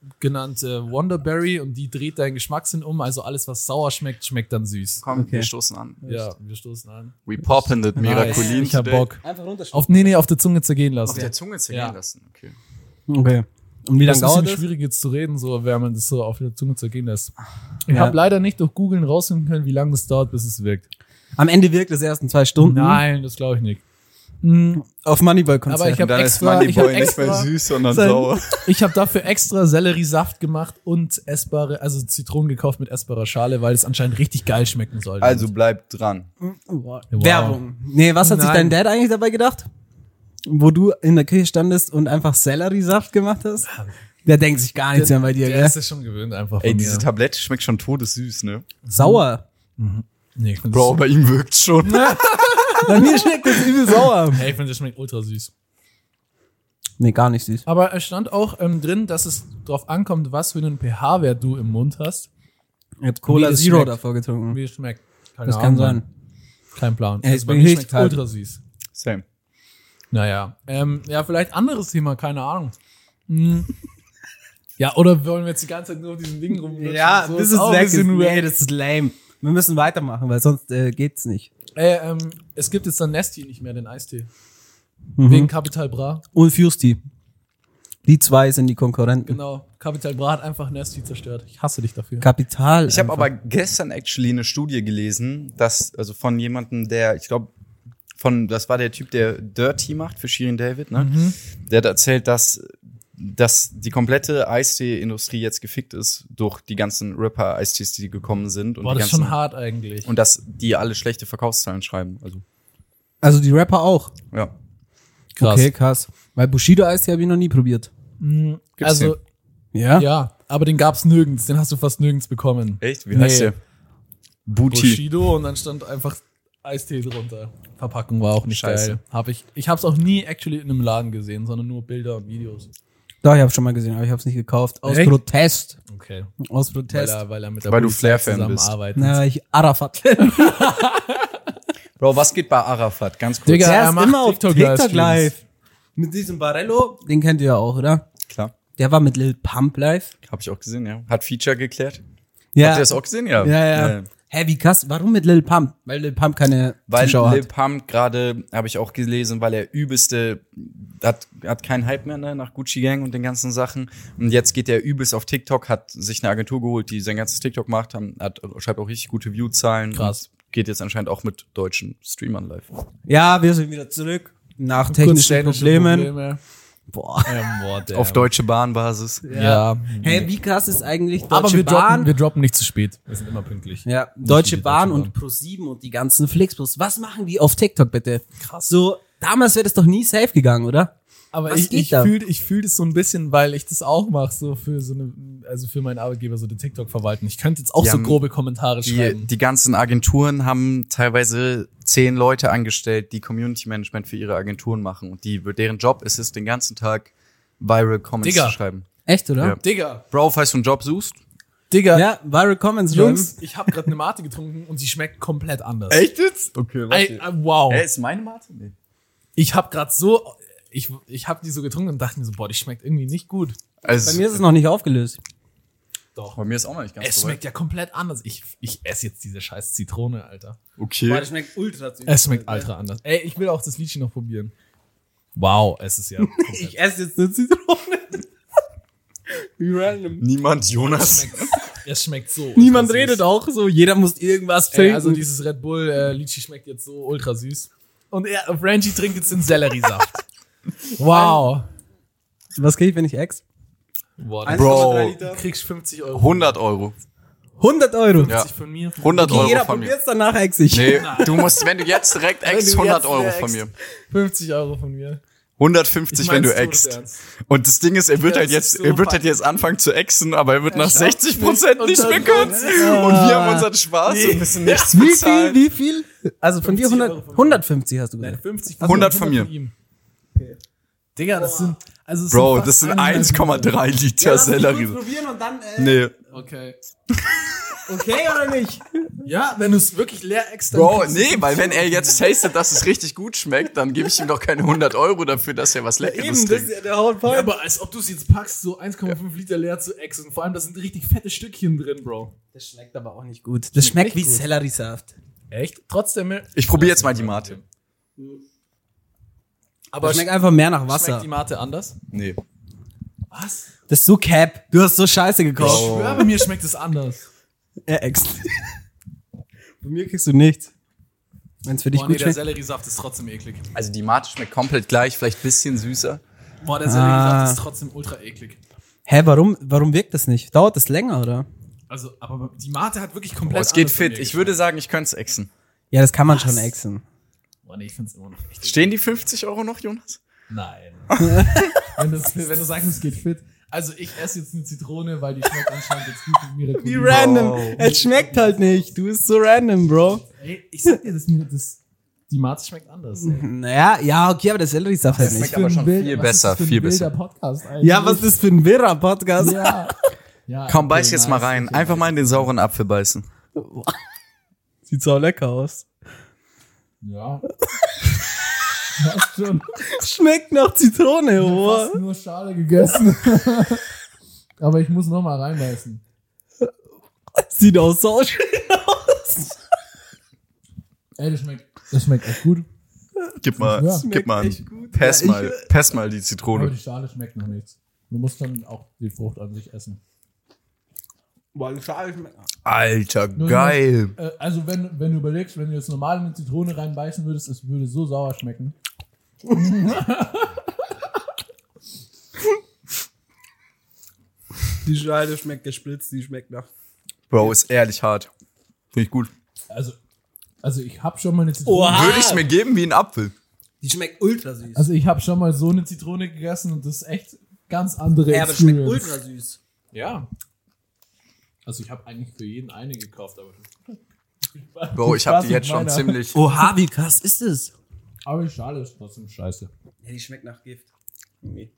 genannt äh, Wonderberry und die dreht deinen Geschmackssinn um. Also alles, was sauer schmeckt, schmeckt dann süß. Komm, Okay. wir stoßen an. Ja, wir stoßen an. We poppin' it, Miraculin. Ich hab today. Bock. Einfach runterschlucken. Auf, nee, nee, auf der Zunge zergehen lassen. Auf der Zunge zergehen Ja. lassen. Okay. Okay. Und wie Das lange ist ein dauert bisschen das? schwierig jetzt zu reden, so, wenn man das so auf der Zunge zergehen lässt. Ich Ja. habe leider nicht durch Googlen rausfinden können, wie lange das dauert, bis es wirkt. Am Ende wirkt es erst in zwei Stunden. Nein, das glaube ich nicht. Mhm. Auf Moneyboy-Konzert. Aber ich hab Dann extra- ist ich hab Moneyboy nicht extra mehr süß, sondern sein- sauer. Ich habe dafür extra Selleriesaft gemacht und essbare, also Zitronen gekauft mit essbarer Schale, weil es anscheinend richtig geil schmecken soll. Also bleibt dran. Wow. Wow. Werbung. Nee, was hat sich Nein. dein Dad eigentlich dabei gedacht? Wo du in der Küche standest und einfach Selleriesaft gemacht hast? Der denkt sich gar nichts mehr bei dir, der gell? ist es schon gewöhnt einfach von Ey, mir. diese Tablette schmeckt schon todessüß, ne? Sauer. Nee, ich find Bro, das, bei ihm wirkt's schon. Bei mir schmeckt das übel sauer. hey, ich finde, das schmeckt ultra süß. Nee, gar nicht süß. Aber es stand auch ähm, drin, dass es drauf ankommt, was für einen pH-Wert du im Mund hast. Ich hab Cola Wie es Zero schmeckt. davor getrunken. Wie es schmeckt. Keine Das kann Ahnung, sein. Mann. Kein Plan. Ey, Also bei ich bin mir richtig schmeckt kalt. ultra süß. Same. Naja, ähm, ja, vielleicht anderes Thema, keine Ahnung. Hm. Ja, oder wollen wir jetzt die ganze Zeit nur auf diesen Ding rum? Ja, so bis ist es auch ein weg ist. bisschen Nee, weird. das ist lame. Wir müssen weitermachen, weil sonst äh, geht's nicht. Äh, ähm, es gibt jetzt dann Nesti nicht mehr, den Eistee. Mhm. Wegen Capital Bra. Und Fusty. Die zwei sind die Konkurrenten. Genau. Capital Bra hat einfach Nesti zerstört. Ich hasse dich dafür. Kapital. Ich habe einfach. aber gestern actually eine Studie gelesen, dass, also von jemandem, der, ich glaube, von, das war der Typ, der Dirty macht für Shirin David, ne? Mhm. Der hat erzählt, dass, dass die komplette Eistee-Industrie jetzt gefickt ist durch die ganzen Rapper-Eistees, die gekommen sind. Und Boah, die das ist ganzen, schon hart eigentlich. Und dass die alle schlechte Verkaufszahlen schreiben. Also, Also die Rapper auch. ja. Krass. Okay, krass. Weil Bushido-Eistee habe ich noch nie probiert. Mhm. Gibt's Also, Ja? ja, aber den gab's nirgends. Den hast du fast nirgends bekommen. Echt? Wie heißt Nee. der? Booty. Bushido und dann stand einfach Eistee drunter. Verpackung war auch nicht Scheiße. geil. Hab ich ich habe es auch nie actually in einem Laden gesehen, sondern nur Bilder und Videos. Doch, ich habe schon mal gesehen, aber ich habe es nicht gekauft. Aus Echt? Protest. Okay. Aus Weil Protest. er, weil er mit der Weil du Polizei Flair-Fan bist. zusammenarbeitet. Na, weil ich Arafat. Bro, was geht bei Arafat? Ganz kurz. Digga, Der er ist macht immer auf TikTok TikTok Livestreams. live. Mit diesem Barello, den kennt ihr ja auch, oder? Klar. Der war mit Lil Pump live. Hab ich auch gesehen, ja. Hat Feature geklärt. Ja. Habt ihr das auch gesehen? Ja. Ja, ja. Hä, wie krass? Warum mit Lil Pump? Weil Lil Pump keine Weil Zuschauer Lil hat. Pump gerade, habe ich auch gelesen, weil er übelste, hat, hat keinen Hype mehr, ne, nach Gucci Gang und den ganzen Sachen. Und jetzt geht er übelst auf TikTok, hat sich eine Agentur geholt, die sein ganzes TikTok macht, haben, hat, schreibt auch richtig gute View-Zahlen. Krass. Und geht jetzt anscheinend auch mit deutschen Streamern live. Ja, wir sind wieder zurück. Nach Kurz technischen technische Problemen. Probleme. Boah. Ähm, boah, damn. Auf Deutsche Bahnbasis. Ja. Hey, wie krass ist eigentlich Deutsche Aber wir Bahn? droppen, wir droppen nicht zu spät. Wir sind immer pünktlich. Ja, Deutsche die Bahn Deutsche und ProSieben und die ganzen Flixbus. Was machen die auf TikTok bitte? Krass. So, damals wäre das doch nie safe gegangen, oder? Aber Was ich, geht ich da? fühle ich fühl das so ein bisschen, weil ich das auch mache, so für so eine, also für meinen Arbeitgeber, so den TikTok verwalten. Ich könnte jetzt auch Die so haben- grobe Kommentare Die, schreiben. die ganzen Agenturen haben teilweise zehn Leute angestellt, die Community Management für ihre Agenturen machen. Und die, deren Job ist es, den ganzen Tag Viral Comments Digga. zu schreiben. Echt, oder? Ja. Digga, Bro, falls du einen Job suchst. Digga, Ja, Viral Comments Jungs, schreiben. ich habe gerade eine Mate getrunken und sie schmeckt komplett anders. Echt jetzt? Okay, Ey, äh, wow. Ey, ist meine Mate? Nee. Ich habe gerade so, ich, ich habe die so getrunken und dachte mir so, boah, die schmeckt irgendwie nicht gut. Also, Bei mir ist es noch nicht aufgelöst. Doch. bei mir ist auch noch nicht ganz Es schmeckt ja komplett anders. Ich, ich esse jetzt diese scheiß Zitrone, Alter. Okay. schmeckt ultra süß. Es schmeckt ultra anders. Ey, ich will auch das Liedchen noch probieren. Wow, es ist ja komplett. Ich esse jetzt eine Zitrone. Wie random. Niemand, Jonas. Es schmeckt so. Niemand ultra süß. redet auch so, jeder muss irgendwas Ey, trinken. also dieses Red Bull äh, Litchi schmeckt jetzt so ultra süß. Und er, Frangie trinkt jetzt den Selleriesaft. Wow. was krieg ich, wenn ich ex? Boah, eins du Bro. Komma drei Liter. kriegst fünfzig Euro. hundert Euro. hundert Euro. Ja. fünfzig von mir. hundert Euro Jeder von mir. probiert's danach ex ich. Nee, du musst, wenn du jetzt direkt ex, du hundert jetzt Euro direkt von mir. fünfzig Euro von mir. hundertfünfzig, Ich wenn du mein's ext. todesernst. Und das Ding ist, er wird Ja, halt das jetzt, ist so er wird halt fucking- jetzt anfangen zu exen, aber er wird nach schafft's sechzig Prozent nicht nicht und mehr dann- kurz. Und wir haben unseren Spaß und müssen nichts Wie viel, bezahlen. wie viel? Also von dir fünfzig Euro hundert, von mir. hundertfünfzig hast du Nein, gesagt. fünfzig hundert von mir. ihm. Digga, das sind, also es Bro, sind das fast sind eineinhalb eins Komma drei Liter Sellerie. probieren und dann, äh, Nee. Okay. Okay oder nicht? Ja, wenn du es wirklich leer extra. Bro, nee, weil wenn er jetzt tastet, dass es richtig gut schmeckt, dann gebe ich ihm doch keine hundert Euro dafür, dass er was Leckeres trinkt. ja der Haut Ja, aber als ob du es jetzt packst, so eins Komma fünf Liter leer zu exen. Vor allem, da sind richtig fette Stückchen drin, Bro. Das schmeckt aber auch nicht gut. Das schmeckt echt wie gut. Selleriesaft. Echt? Trotzdem. Ich probiere jetzt mal die Mate. Aber Das schmeckt einfach mehr nach schmeckt Wasser. die Mate anders? Nee. Was? Das ist so Cap. Du hast so Scheiße Ich gekauft. schwöre, bei mir schmeckt es anders. Er ext. Bei mir kriegst du nichts. Wenn es für dich Boah, nee, gut der schmeckt. Selleriesaft ist trotzdem eklig. Also die Mate schmeckt komplett gleich, vielleicht ein bisschen süßer. Boah, der Selleriesaft Ah. ist trotzdem ultra eklig. Hä, warum, warum wirkt das nicht? Dauert das länger, oder? Also, aber die Mate hat wirklich Boah, komplett es geht anders bei fit. mir Ich geschmeckt. würde sagen, ich könnte es exen. Ja, das kann man Was? schon exen. Boah, nee, ich find's immer noch echt eklig. Stehen die fünfzig Euro noch, Jonas? Nein. wenn, das, wenn du sagst, es geht fit. Also, ich esse jetzt eine Zitrone, weil die schmeckt anscheinend jetzt gut mit Miraculin. Wie random. Es schmeckt halt nicht. Du bist so random, Bro. Ey, ich sag dir, das, das, die Mate schmeckt anders. Ey. Naja, ja, okay, aber der Selleriesaft halt Das nicht. schmeckt aber schon Für ein viel was besser, ist das für ein viel wilder besser. Podcast eigentlich? Ja, was ist das für ein wirrer Podcast? Ja. ja Komm, okay, beiß jetzt mal nice, rein. okay. Einfach mal in den sauren Apfel beißen. Sieht so lecker aus. Ja. Hast schon Schmeckt nach Zitrone, fast oh. nur Schale gegessen. Aber ich muss noch mal reinbeißen. Sieht auch so schön. Ey, das schmeckt, das schmeckt echt gut. Gib mal, Ja. gib mal, echt gut. pass Ja, ich- mal, pass mal die Aber Zitrone. die Schale schmeckt noch nichts. Du musst dann auch die Frucht an sich essen. Boah, die Schale schmeckt. Alter, Nur geil. Äh, also wenn, wenn du überlegst, wenn du jetzt normal in eine Zitrone reinbeißen würdest, es würde so sauer schmecken. Die Schale schmeckt gespritzt, die schmeckt nach. Bro, ist ehrlich hart. Finde ich gut. Also, also ich habe schon mal eine Zitrone. Oha. Würde ich mir geben wie ein Apfel. Die schmeckt ultra süß. Also ich habe schon mal so eine Zitrone gegessen und das ist echt ganz andere ja, aber es schmeckt Experience. ultra süß. Ja. Also ich habe eigentlich für jeden eine gekauft, aber Bro, ich habe die Spaß jetzt mit schon meiner. ziemlich. Oha, wie krass ist das? Aber die Schale ist trotzdem scheiße. Ja, die schmeckt nach Gift. Nee.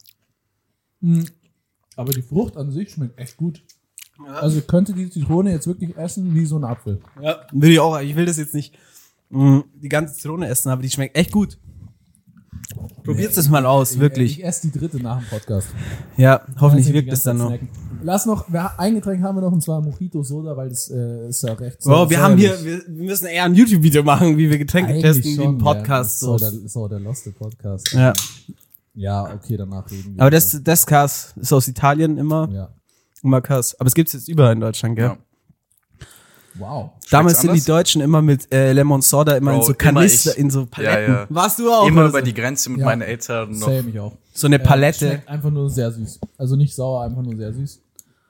Aber die Frucht an sich schmeckt echt gut. Also ich könnte die Zitrone jetzt wirklich essen wie so ein Apfel. Ja, will ich auch. Ich will das jetzt nicht mh, die ganze Zitrone essen, aber die schmeckt echt gut. Probiert es mal aus, Ich, wirklich. ich esse die dritte nach dem Podcast. Ja, hoffentlich Kannst du die wirkt es ganze dann Zeit noch. snacken. Lass noch, wir, ein Getränk haben wir noch und zwar Mojito Soda, weil das äh, ist ja recht Bro, wir säuerlich. haben hier, wir, wir müssen eher ein YouTube-Video machen, wie wir Getränke Eigentlich testen, wie schon, ein Podcast. Ja. So. So, der, so der loste Podcast. Ja. Ja, okay, danach reden wir. Aber das, das Kass ist aus Italien immer, Ja. immer Kass. Aber es gibt's jetzt überall in Deutschland, gell? Ja. Wow. Damals sind anders? die Deutschen immer mit äh, Lemon Soda immer Bro, in so immer Kanister, ich. in so Paletten. Ja, ja. Warst du auch? Immer oder über so? die Grenze mit Ja. meinen Eltern noch. Same ich auch. So eine Äh, Palette. schmeckt einfach nur sehr süß. Also nicht sauer, einfach nur sehr süß.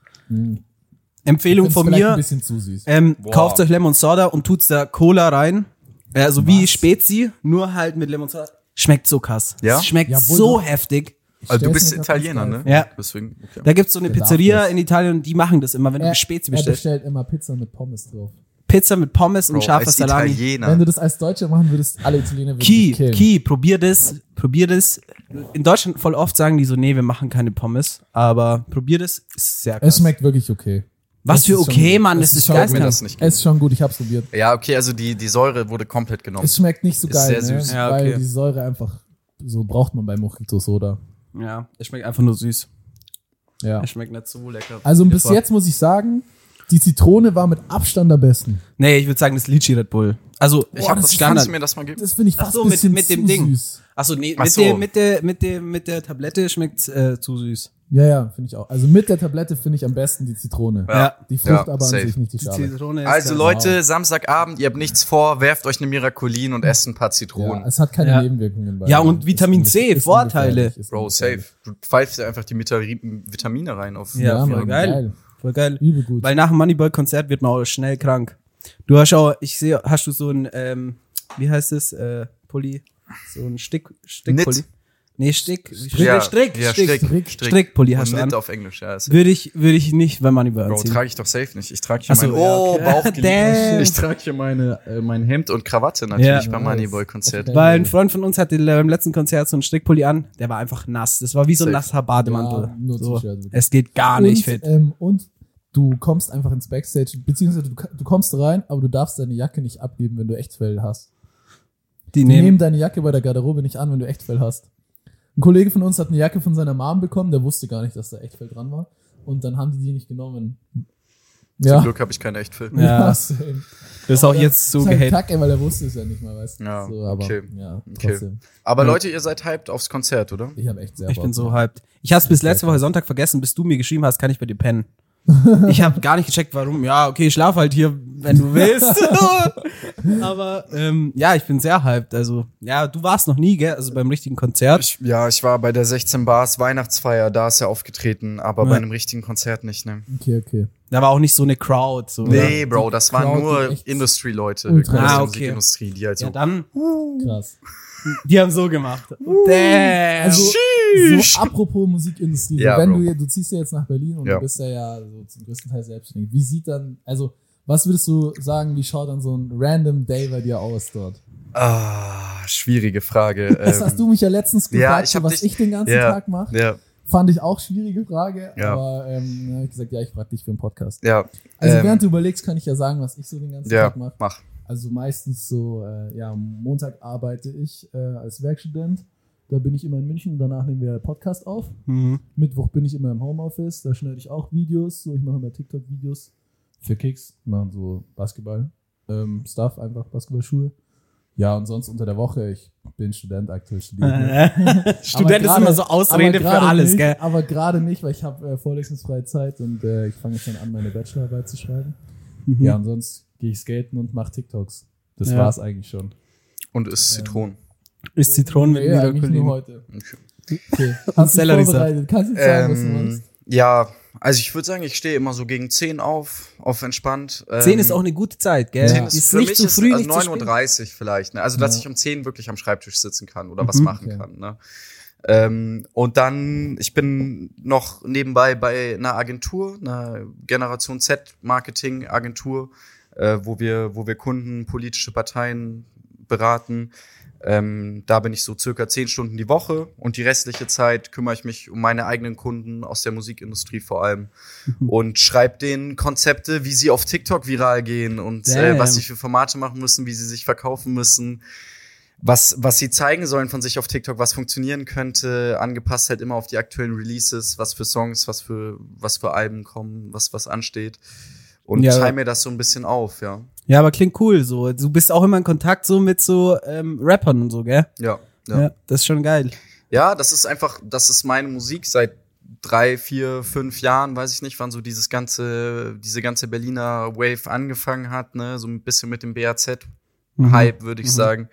Empfehlung Find's von vielleicht mir. ein bisschen zu süß. Ähm, Boah. kauft euch Lemon Soda und tut's da Cola rein. Also wie Spezi, nur halt mit Lemon Soda. Schmeckt so krass. Ja? Es schmeckt Jawohl, so doch. heftig. Ich Also du stell's bist mir grad Italiener, ganz ne? geil Ja. Deswegen. Okay. Da gibt's so eine Der darf Pizzeria das. in Italien und die machen das immer, wenn Er, du Spezi er bestellst. bestellt immer Pizza mit Pommes drauf. Pizza mit Pommes und Bro, scharfer als Salami. Italiener. Wenn du das als Deutscher machen würdest, alle Italiener würden Ki, dich killen. Ki, probier das, probier das. In Deutschland voll oft sagen die so, nee, wir machen keine Pommes, aber probier das, ist sehr Es krass. schmeckt wirklich okay. Was Es für ist schon okay, gut. Mann, Es das ist schon geil. mir gut. das nicht Es ist schon gut, ich hab's probiert. Ja, okay, also die, die Säure wurde komplett genommen. Es schmeckt nicht so Ist geil, sehr ne? süß. Ja, weil okay. die Säure einfach, so braucht man bei Mojito Soda. Ja, es schmeckt einfach nur süß. Ja. Es schmeckt nicht so lecker. Also bis Bevor- jetzt muss ich sagen, die Zitrone war mit Abstand am besten. Nee, ich würde sagen, das Litchi Red Bull. Also, Ich hab hab das das, Standard. kannst du mir das mal geben? Das finde ich Ach fast so, ein mit, bisschen mit dem zu Ding. süß. Achso, nee, Ach mit, so. der, mit, der, mit, der, mit der Tablette schmeckt's äh, zu süß. Ja, ja, finde ich auch. Also mit der Tablette finde ich am besten die Zitrone. Ja. Die Frucht Ja, aber an safe. sich nicht die Die Schale. Zitrone ist Also geil. Leute, Samstagabend, ihr habt nichts vor, werft euch eine Miraculin und esst ein paar Ja, Zitronen. es hat keine Ja. Nebenwirkungen. bei- Ja, und ist Vitamin unge- C, ist Vorteile. ungefährlich, ist Bro, ungefährlich. safe. Du pfeifst ja einfach die Vitari- Vitamine rein auf. Ja, Ja, voll Mann, geil. geil. Voll geil. Übel gut. Weil nach dem Moneyboy-Konzert wird man auch schnell krank. Du hast auch, ich sehe, hast du so ein, ähm, wie heißt es, äh, Pulli? So ein Stick, Stickpulli? Knit. Nee, Stick. Strick, Ja, Strick, ja, Stick. Strick, Strick. Strick. Strickpulli Und hast du Knit an. auf Englisch, ja. ist- Würde ich, würde ich nicht bei Moneyboy Bro, anziehen. trage ich doch safe nicht. Ich trage hier Ach so, mein, ja, oh, okay. Bauchgeliebtes. Damn. Ich trage hier meine, äh, mein Hemd und Krawatte natürlich Ja. beim Nice. Moneyboy-Konzert. Okay. Weil ein Freund von uns hatte beim letzten Konzert so einen Strickpulli an, der war einfach nass. Das war wie so ein Safe. nasser Bademantel. Ja, nur so. T-Shirt, wirklich. Es geht gar nicht und, fit. Ähm, und du kommst einfach ins Backstage, beziehungsweise du, du kommst rein, aber du darfst deine Jacke nicht abgeben, wenn du Echtfell hast. Die, Die nehmen, nehmen deine Jacke bei der Garderobe nicht an, wenn du Echtfell hast. Ein Kollege von uns hat eine Jacke von seiner Mom bekommen, der wusste gar nicht, dass da Echtfell dran war. Und dann haben die die nicht genommen. Zum Ja. Glück habe ich keine Echtfilme. Ja. same. das ist auch Aber jetzt so ist halt gehatet. Kacke, weil er wusste es ja nicht mal, weißt du. Ja, so, aber, okay. Ja, Okay. trotzdem. Aber Ja. Leute, ihr seid hyped aufs Konzert, oder? Ich habe echt sehr Ich Bock. bin so hyped. Ich hab's bis letzte Woche Sonntag vergessen, bis du mir geschrieben hast, kann ich bei dir pennen. Ich habe gar nicht gecheckt, warum. Ja, okay, ich schlaf halt hier, wenn du willst. Aber ähm, ja, ich bin sehr hyped. Also, ja, du warst noch nie, gell? Also beim richtigen Konzert. Ich, ja, ich war bei der sechzehn Bars Weihnachtsfeier, da ist er aufgetreten, aber Ja. bei einem richtigen Konzert nicht, ne? Okay, okay. Da war auch nicht so eine Crowd. So, Nee, Ja, Bro, die das waren Crowd, nur die echt Industry-Leute, ultra- wirklich aus Ah, der okay. Musikindustrie, die halt so. Ja, dann, Krass. die haben so gemacht. Damn. Also, Sheesh. so apropos Musikindustrie, so, Ja, wenn Bro. du, du ziehst ja jetzt nach Berlin und Ja. du bist ja ja so zum größten Teil selbstständig. Wie sieht dann, also, was würdest du sagen, wie schaut dann so ein random Day bei dir aus dort? Ah, schwierige Frage. Das ähm, hast du mich ja letztens ja, gefragt, ich so, hab was dich- ich den ganzen ja, Tag mache. Ja, Fand ich auch schwierige Frage, Ja. aber ähm, dann hab ich gesagt, ja, ich frage dich für einen Podcast. ja. Also ähm, während du überlegst, kann ich ja sagen, was ich so den ganzen ja, Tag mache. mach. Also meistens so, äh, ja, Montag arbeite ich äh, als Werkstudent. Da bin ich immer in München, danach nehmen wir Podcast auf. Mhm. Mittwoch bin ich immer im Homeoffice, da schneide ich auch Videos. So, ich mache immer TikTok-Videos für Kicks. Wir machen so Basketball, ähm, Stuff, einfach Basketballschuhe. Ja, und sonst unter der Woche, ich bin Student aktuell, studiere. Student ist gerade- immer so Ausrede aber für gerade alles, nicht, gell? Aber gerade nicht, weil ich habe äh, vorlesungsfreie Zeit und äh, ich fange jetzt dann an, meine Bachelorarbeit zu schreiben. Mhm. Ja, und sonst gehe ich skaten und mache TikToks. Das Ja. war's eigentlich schon. Und isst Zitronen. Ist Zitronen mit Nee, eigentlich nur Niederkolin. heute. Okay. Okay. Hast dich Selleriesaft. vorbereitet? Kannst du jetzt sagen, was du Ähm, machst? ja, also ich würde sagen, ich stehe immer so gegen zehn auf, auf entspannt. Ähm, zehn ist auch eine gute Zeit, gell? Ja. zehn ist ist ist für nicht mich zu ist, früh, also nicht zu neun Uhr spät. dreißig vielleicht, ne? Also, dass Ja. ich um zehn wirklich am Schreibtisch sitzen kann oder was Mhm. machen Okay. kann, ne? Ähm, und dann, ich bin noch nebenbei bei einer Agentur, einer Generation Z Marketing Agentur, äh, wo wir, wo wir Kunden, politische Parteien beraten. Ähm, da bin ich so circa zehn Stunden die Woche und die restliche Zeit kümmere ich mich um meine eigenen Kunden aus der Musikindustrie vor allem und schreibe denen Konzepte, wie sie auf TikTok viral gehen und äh, Damn. was sie für Formate machen müssen, wie sie sich verkaufen müssen, was, was sie zeigen sollen von sich auf TikTok, was funktionieren könnte, angepasst halt immer auf die aktuellen Releases, was für Songs, was für, was für Alben kommen, was, was ansteht. Und Ja, teile aber- mir das so ein bisschen auf, ja. Ja, aber klingt cool so. Du bist auch immer in Kontakt so mit so ähm, Rappern und so, gell? Ja, Ja. ja. Das ist schon geil. Ja, das ist einfach, das ist meine Musik seit drei, vier, fünf Jahren, weiß ich nicht, wann so dieses ganze, diese ganze Berliner Wave angefangen hat, ne, so ein bisschen mit dem B A Z-Hype, würde ich sagen.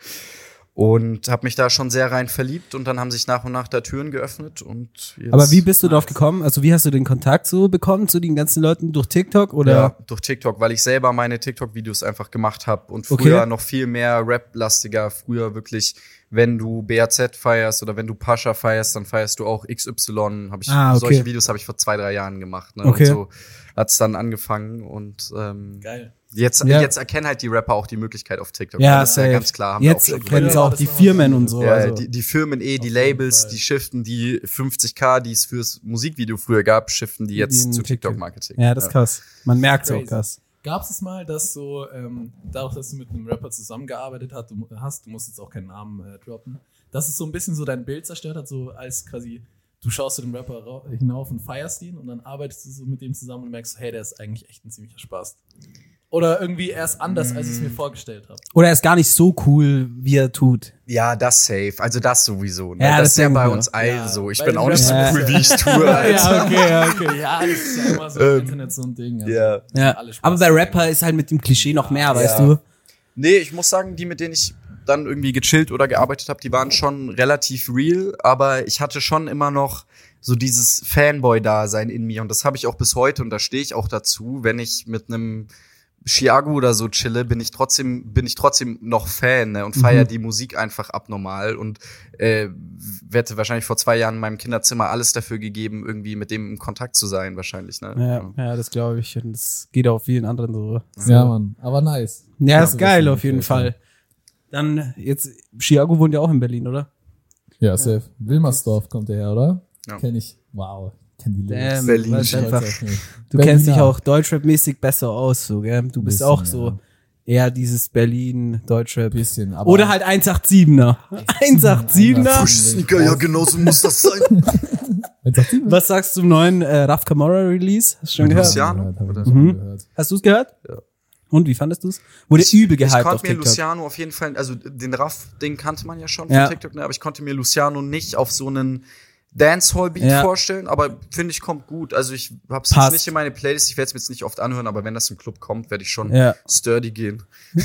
Und habe mich da schon sehr rein verliebt und dann haben sich nach und nach da Türen geöffnet und jetzt Aber wie bist du drauf gekommen? Also wie hast du den Kontakt so bekommen zu den ganzen Leuten? Durch TikTok oder? Ja, durch TikTok, weil ich selber meine TikTok-Videos einfach gemacht habe und früher Okay. noch viel mehr Rap-lastiger. Früher wirklich, wenn du B A Z feierst oder wenn du Pascha feierst, dann feierst du auch X Y. Hab ich, Ah, okay. Solche Videos habe ich vor zwei, drei Jahren gemacht. Ne? Okay. Und so hat's dann angefangen und ähm, Geil. jetzt, Ja. jetzt erkennen halt die Rapper auch die Möglichkeit auf TikTok. Ja, das ist ja safe. ganz klar. Haben wir Jetzt auch schon drüber kennen es Ja, auch das die machen wir Firmen schon. und so. ja, also. die, die Firmen eh, die Auf jeden Labels, Fall. die shiften die fünfzig K, die es fürs Musikvideo früher gab, shiften die jetzt in zu TikTok. TikTok-Marketing. Ja, das ist krass. Man merkt auch Crazy. krass. Gab es mal, dass so, ähm, dadurch, dass du mit einem Rapper zusammengearbeitet hat, du, hast, du musst jetzt auch keinen Namen äh, droppen, dass es so ein bisschen so dein Bild zerstört hat, so als quasi, du schaust zu dem Rapper rau- hinauf und feierst ihn und dann arbeitest du so mit dem zusammen und merkst, hey, der ist eigentlich echt ein ziemlicher Spaß. Oder irgendwie erst anders, als ich es mir vorgestellt habe. Oder er ist gar nicht so cool, wie er tut. Ja, das safe. Also das sowieso. Ne? Ja, das das ist ja denke bei ich mir. uns allen Ja, so. Ich bei bin den auch nicht so Rappern- cool, wie ich tue. Alter. okay, ja, okay. Ja, das ist ja immer so im Internet so ein Ding. Also, Ja. Ja. alle Spaß Aber bei haben. Rapper ist halt mit dem Klischee noch mehr, weißt Ja. du? Nee, ich muss sagen, die, mit denen ich dann irgendwie gechillt oder gearbeitet habe, die waren schon relativ real, aber ich hatte schon immer noch so dieses Fanboy-Dasein in mir und das habe ich auch bis heute und da stehe ich auch dazu, wenn ich mit einem Chiago oder so chille, bin ich trotzdem bin ich trotzdem noch Fan, ne, und feier die Musik einfach abnormal und äh, wette wahrscheinlich vor zwei Jahren in meinem Kinderzimmer alles dafür gegeben, irgendwie mit dem in Kontakt zu sein, wahrscheinlich, ne? Ja, ja, das glaube ich. Und das geht auch vielen anderen so. Ja, Mann. Aber nice. Ja, ist Ja, geil das auf jeden gefällt mir. Fall. Dann jetzt, Chiago wohnt ja auch in Berlin, oder? Ja, safe. Wilmersdorf kommt der her, oder? Ja. Kenn ich. Wow. kenn die Lyrics. Damn, Berlin du weißt steht einfach, Stolz auf mich. du Berliner. kennst dich auch Deutschrap-mäßig besser aus, so, gell? Du bist Bisschen, auch so ja. eher dieses Berlin Deutschrap. Bisschen, aber Oder halt eins acht siebener. eins acht siebener? Sneaker, ja, genau so muss das sein. eins acht sieben? Was sagst du zum neuen äh, Raf Camora Release? Hast du schon Mit gehört? Luciano? Hab ich Oder? schon Mhm. gehört. Hast du es gehört? Ja. Und wie fandest du es? Wurde übel Ich gehypt auf konnte mir TikTok. Luciano auf jeden Fall, also den Raff-Ding kannte man ja schon Ja. von TikTok, ne? Aber ich konnte mir Luciano nicht auf so einen Dancehall-Beat Ja. vorstellen, aber finde ich, kommt gut. Also ich hab's Passt. jetzt nicht in meine Playlist, ich werde es mir jetzt nicht oft anhören, aber wenn das im Club kommt, werde ich schon Ja. sturdy gehen.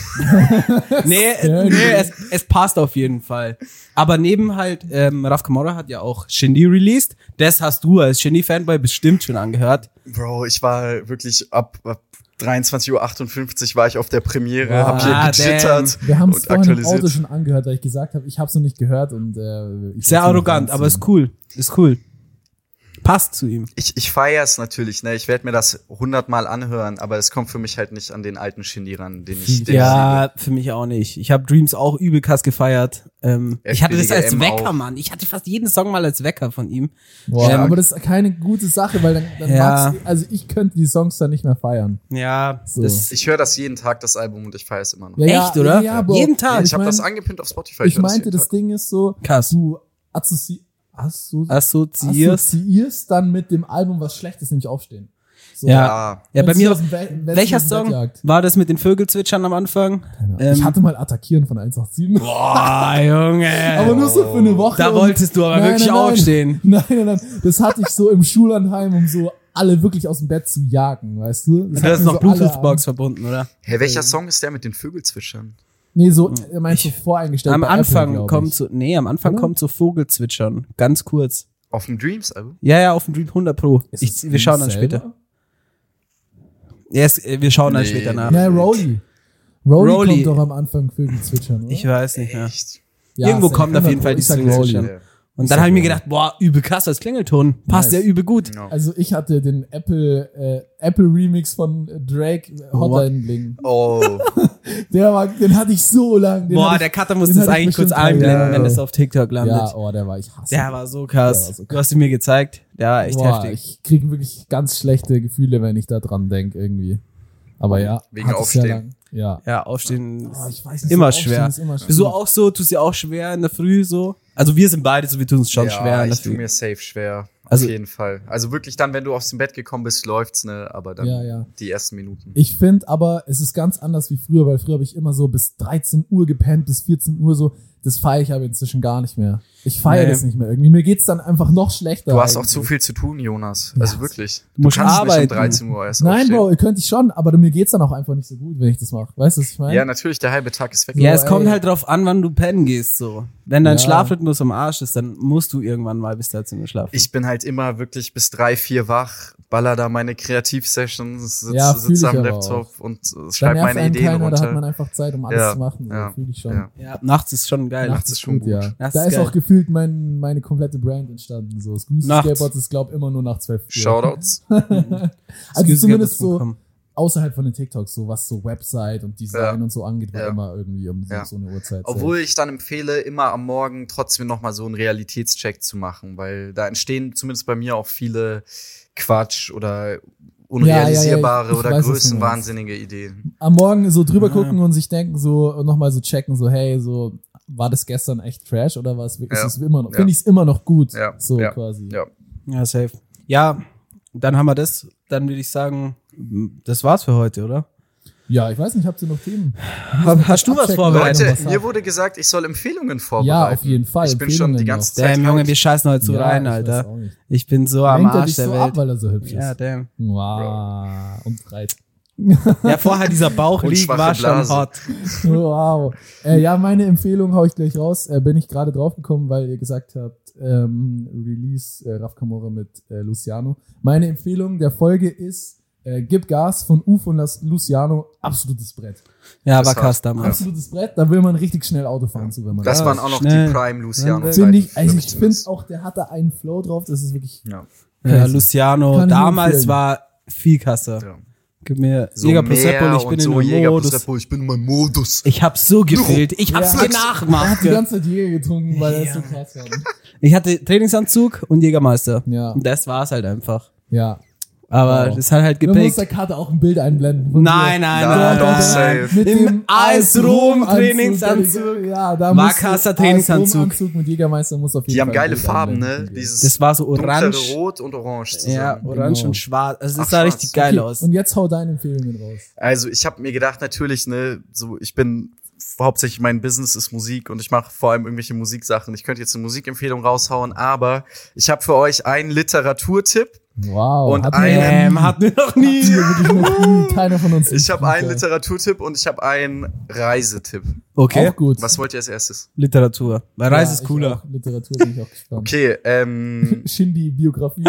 Nee, äh, nee es, es passt auf jeden Fall. Aber neben halt, ähm, Raf Camora hat ja auch Shindy released. Das hast du als Shindy-Fanboy bestimmt schon angehört. Bro, ich war wirklich ab, ab dreiundzwanzig Uhr achtundfünfzig war ich auf der Premiere, Wow. hab hier Ah, gejittert Wir haben es und vorhin im Auto aktualisiert. schon angehört, weil ich gesagt habe, ich habe es noch nicht gehört und äh, ich Sehr wollt's mir arrogant, noch aber reinziehen. ist cool. Ist cool. Passt zu ihm. Ich, ich feiere es natürlich, ne? Ich werde mir das hundertmal anhören, aber es kommt für mich halt nicht an den alten Shindy ran, den ich, den Ja, für mich auch nicht. Ich habe Dreams auch übel krass gefeiert. Ähm, ich hatte das Billige als M Wecker, auch. Mann. Ich hatte fast jeden Song mal als Wecker von ihm. Boah, Ähm, aber das ist keine gute Sache, weil dann, dann Ja. magst du, also ich könnte die Songs dann nicht mehr feiern. Ja, So. das, liebe. Ich höre das jeden Tag, das Album, und ich feiere es immer noch. Ja, Echt, oder? Ja, ja, Bro. Jeden Tag? Ich Ich, habe mein, das angepinnt auf Spotify. ich höre das meinte, jeden das Tag. Ding ist so, Krass. du assozi assozi assoziierst. assoziierst dann mit dem Album was Schlechtes, nämlich Aufstehen. So. Ja. Ja. Ja, bei Wenn's dich mir, aus dem Be- wenn's dich welcher aus dem Bett Song jagt. war das mit den Vögelzwitschern am Anfang? Ähm, Ich hatte mal Attackieren von eins acht sieben. Boah, Junge. Aber nur so für eine Woche. Da und- wolltest du aber Nein, wirklich nein, nein. aufstehen. Nein, nein, nein. Das hatte ich so im Schulanheim, um so alle wirklich aus dem Bett zu jagen, weißt du? Das Du hat hast mir noch so alle Bluetooth-Box verbunden, oder? Hey, welcher Song ist der mit den Vögelzwitschern? an- Nee, so, äh, meinst du voreingestellt? Am bei Apple, Anfang glaub kommt ich. so, nee, am Anfang Oder? kommt so Vogelzwitschern. Ganz kurz. Auf dem Dreams-Album? Ja, ja, auf dem Dream hundert Pro. Ist Ich, es wir schauen dann selber? später. Ja, es, wir schauen dann Nee. später nach. Nein, Rolly. Rolly, Rolly. kommt doch am Anfang Vögel zwitschern, oder? Ich weiß nicht mehr. Echt? Ja, Irgendwo safe, kommt auf jeden hundert Fall Pro. Ich die sag Vögel Rolly. zwitschern. Ja. Und Ich dann sag habe ich mir Rolly. gedacht, boah, übel krass als Klingelton. Passt Nice. ja übel gut. Genau. Also ich hatte den Apple äh, Apple Remix von Drake äh, Hotline Bling. Oh, Der war, den hatte ich so lang. Den Boah, hatte der ich, Cutter muss den das hatte ich eigentlich kurz bestimmt drei einblenden, Jahre. wenn das auf TikTok landet. Ja, oh, der war, ich hasse. Der war so krass. Der war so krass. Du hast ihn mir gezeigt. Der war echt Boah, heftig. ich kriege wirklich ganz schlechte Gefühle, wenn ich da dran denke irgendwie. Aber ja, Wegen hatte ich sehr Aufstehen. lang. Ja. Ja, aufstehen Oh, ist ich weiß nicht, immer so Aufstehen schwer. ist immer schwer. Bist du auch so, tust dir auch schwer in der Früh so? Also wir sind beide so, wir tun uns schon ja, schwer in der ich tu Früh. mir safe schwer. Also- auf jeden Fall. Also wirklich dann, wenn du aus dem Bett gekommen bist, läuft's, ne? Aber dann Ja, ja. die ersten Minuten. Ich finde aber, es ist ganz anders wie früher, weil früher habe ich immer so bis dreizehn Uhr gepennt, bis vierzehn Uhr so. Das feiere ich aber inzwischen gar nicht mehr. Ich feiere Nee. das nicht mehr irgendwie. Mir geht's dann einfach noch schlechter. Du hast auch eigentlich. zu viel zu tun, Jonas. Ja. Also wirklich. Du musst kannst arbeiten. nicht um dreizehn Uhr erst Nein, aufstehen. Bro, könnte ich schon, aber mir geht's dann auch einfach nicht so gut, wenn ich das mache. Weißt du, was ich meine? Ja, natürlich, der halbe Tag ist weg. Ja, So, es kommt ey. halt drauf an, wann du pennen gehst so. Wenn dein Ja. Schlafrhythmus am Arsch ist, dann musst du irgendwann mal bis dreizehn Uhr schlafen. Ich bin halt immer wirklich bis drei, vier wach, baller da meine Kreativsessions, sitz, Ja, fühl sitz ich am aber Laptop auch. und äh, Da schreib nervt meine einen Ideen keiner, runter. da hat man einfach Zeit, um alles Ja, zu machen. So, ja, fühl ich schon. ja. Ja, nachts ist schon geil. Nachts ist schon gut. Ja. Das Da ist ist geil. auch gefühlt mein, meine komplette Brand entstanden. So, Scoozy Nachts. Skateboards ist, glaub immer nur nach zwölf Uhr. Shoutouts. Also zumindest so Skillsgap.com. außerhalb von den TikToks, so was so Website und Design Ja. und so angeht, war Ja. immer irgendwie um so, Ja. so eine Uhrzeit. Obwohl ich dann empfehle, immer am Morgen trotzdem noch mal so einen Realitätscheck zu machen, weil da entstehen zumindest bei mir auch viele Quatsch oder unrealisierbare Ja, ja, ja, ich- ich oder weiß, was du größenwahnsinnige Ideen. am Morgen so drüber Ja. gucken und sich denken so und nochmal so checken, so hey, so war das gestern echt Trash oder war es ist Ja. es immer noch, Ja. finde ich es immer noch gut, Ja. so Ja. quasi. Ja. Ja, safe. Ja, dann haben wir das. Dann würde ich sagen, das war's für heute, oder? Ja, ich weiß nicht, habt ihr noch Themen? Hab- hast du was Abchecken, vorbereitet? wer noch Leute, was mir hat. wurde gesagt, ich soll Empfehlungen Ja, vorbereiten. auf jeden Fall. Ich bin schon die Empfehlungen ganze noch. Zeit Damn, Junge, out. wir scheißen heute so Ja, rein, ich weiß Alter. auch nicht. Ich bin so am Lenkt er Arsch dich der so Welt. ab, weil er so hübsch Ja, ist. damn. Wow. Und breit. Ja, vorher dieser Bauch Und liegt, schwache war schon Blase. hot. Wow. Äh, ja, meine Empfehlung hau ich gleich raus. Äh, bin ich gerade draufgekommen, weil ihr gesagt habt, ähm, Release äh, Raf Camora mit äh, Luciano. Meine Empfehlung der Folge ist äh, Gib Gas von Uf und Las- Luciano. Absolutes Brett. Ja, Das war war- krass damals. Absolutes Brett. Da will man richtig schnell Auto fahren zu, wenn man Das Ja, waren auch noch schnell. die Prime Luciano Dann Finde ich, Zeiten also für ich mich finde zumindest. auch, der hat da einen Flow drauf. Das ist wirklich Ja. Ja, Luciano, Kann ich nur damals empfehlen. war viel krasser. Ja. Gib mir So Jäger plus mehr Red Bull, ich bin und in so einem Jäger plus Modus. Red Bull, ich bin in meinem Modus. Ich hab's so gefühlt. Ich hab's Ja. dir Er nachgemacht. hat die ganze Zeit Jäger getrunken, weil er es so Ja. krass war. Ich hatte Trainingsanzug und Jägermeister. Ja. Und das war's halt einfach. Ja. Aber Wow. das hat halt Du musst geprägt. der Karte auch ein Bild einblenden. von Nein, dir. nein, Ja, nein. doch, nein. safe. Mit Im dem Eisrom-Trainingsanzug. Ja, da Markhasser Trainingsanzug. Anzug mit Jägermeister muss auf jeden Die haben Fall geile ein Bild Farben, einblenden ne? von dir. Dieses Das war so dunklere orange. Rot und Orange zusammen. Ja, orange Genau. und schwarz. Also das Ach, sah schwarz. richtig geil Okay, aus. und jetzt hau deine Empfehlungen raus. Also ich habe mir gedacht, natürlich, ne, so ich bin hauptsächlich mein Business ist Musik und ich mache vor allem irgendwelche Musiksachen. Ich könnte jetzt eine Musikempfehlung raushauen, aber ich habe für euch einen Literaturtipp. Wow. Und hatten wir noch ein- nie. Ähm, hatten wir noch nie. Hatten wir wirklich noch nie. Keiner von uns. Ich habe einen Literatur. Literaturtipp und ich habe einen Reisetipp. Okay. Auch gut. Was wollt ihr als erstes? Literatur. Weil Reise Ja, ist ich cooler. Auch. Literatur bin ich auch gespannt. Okay, ähm Shindy-Biografie.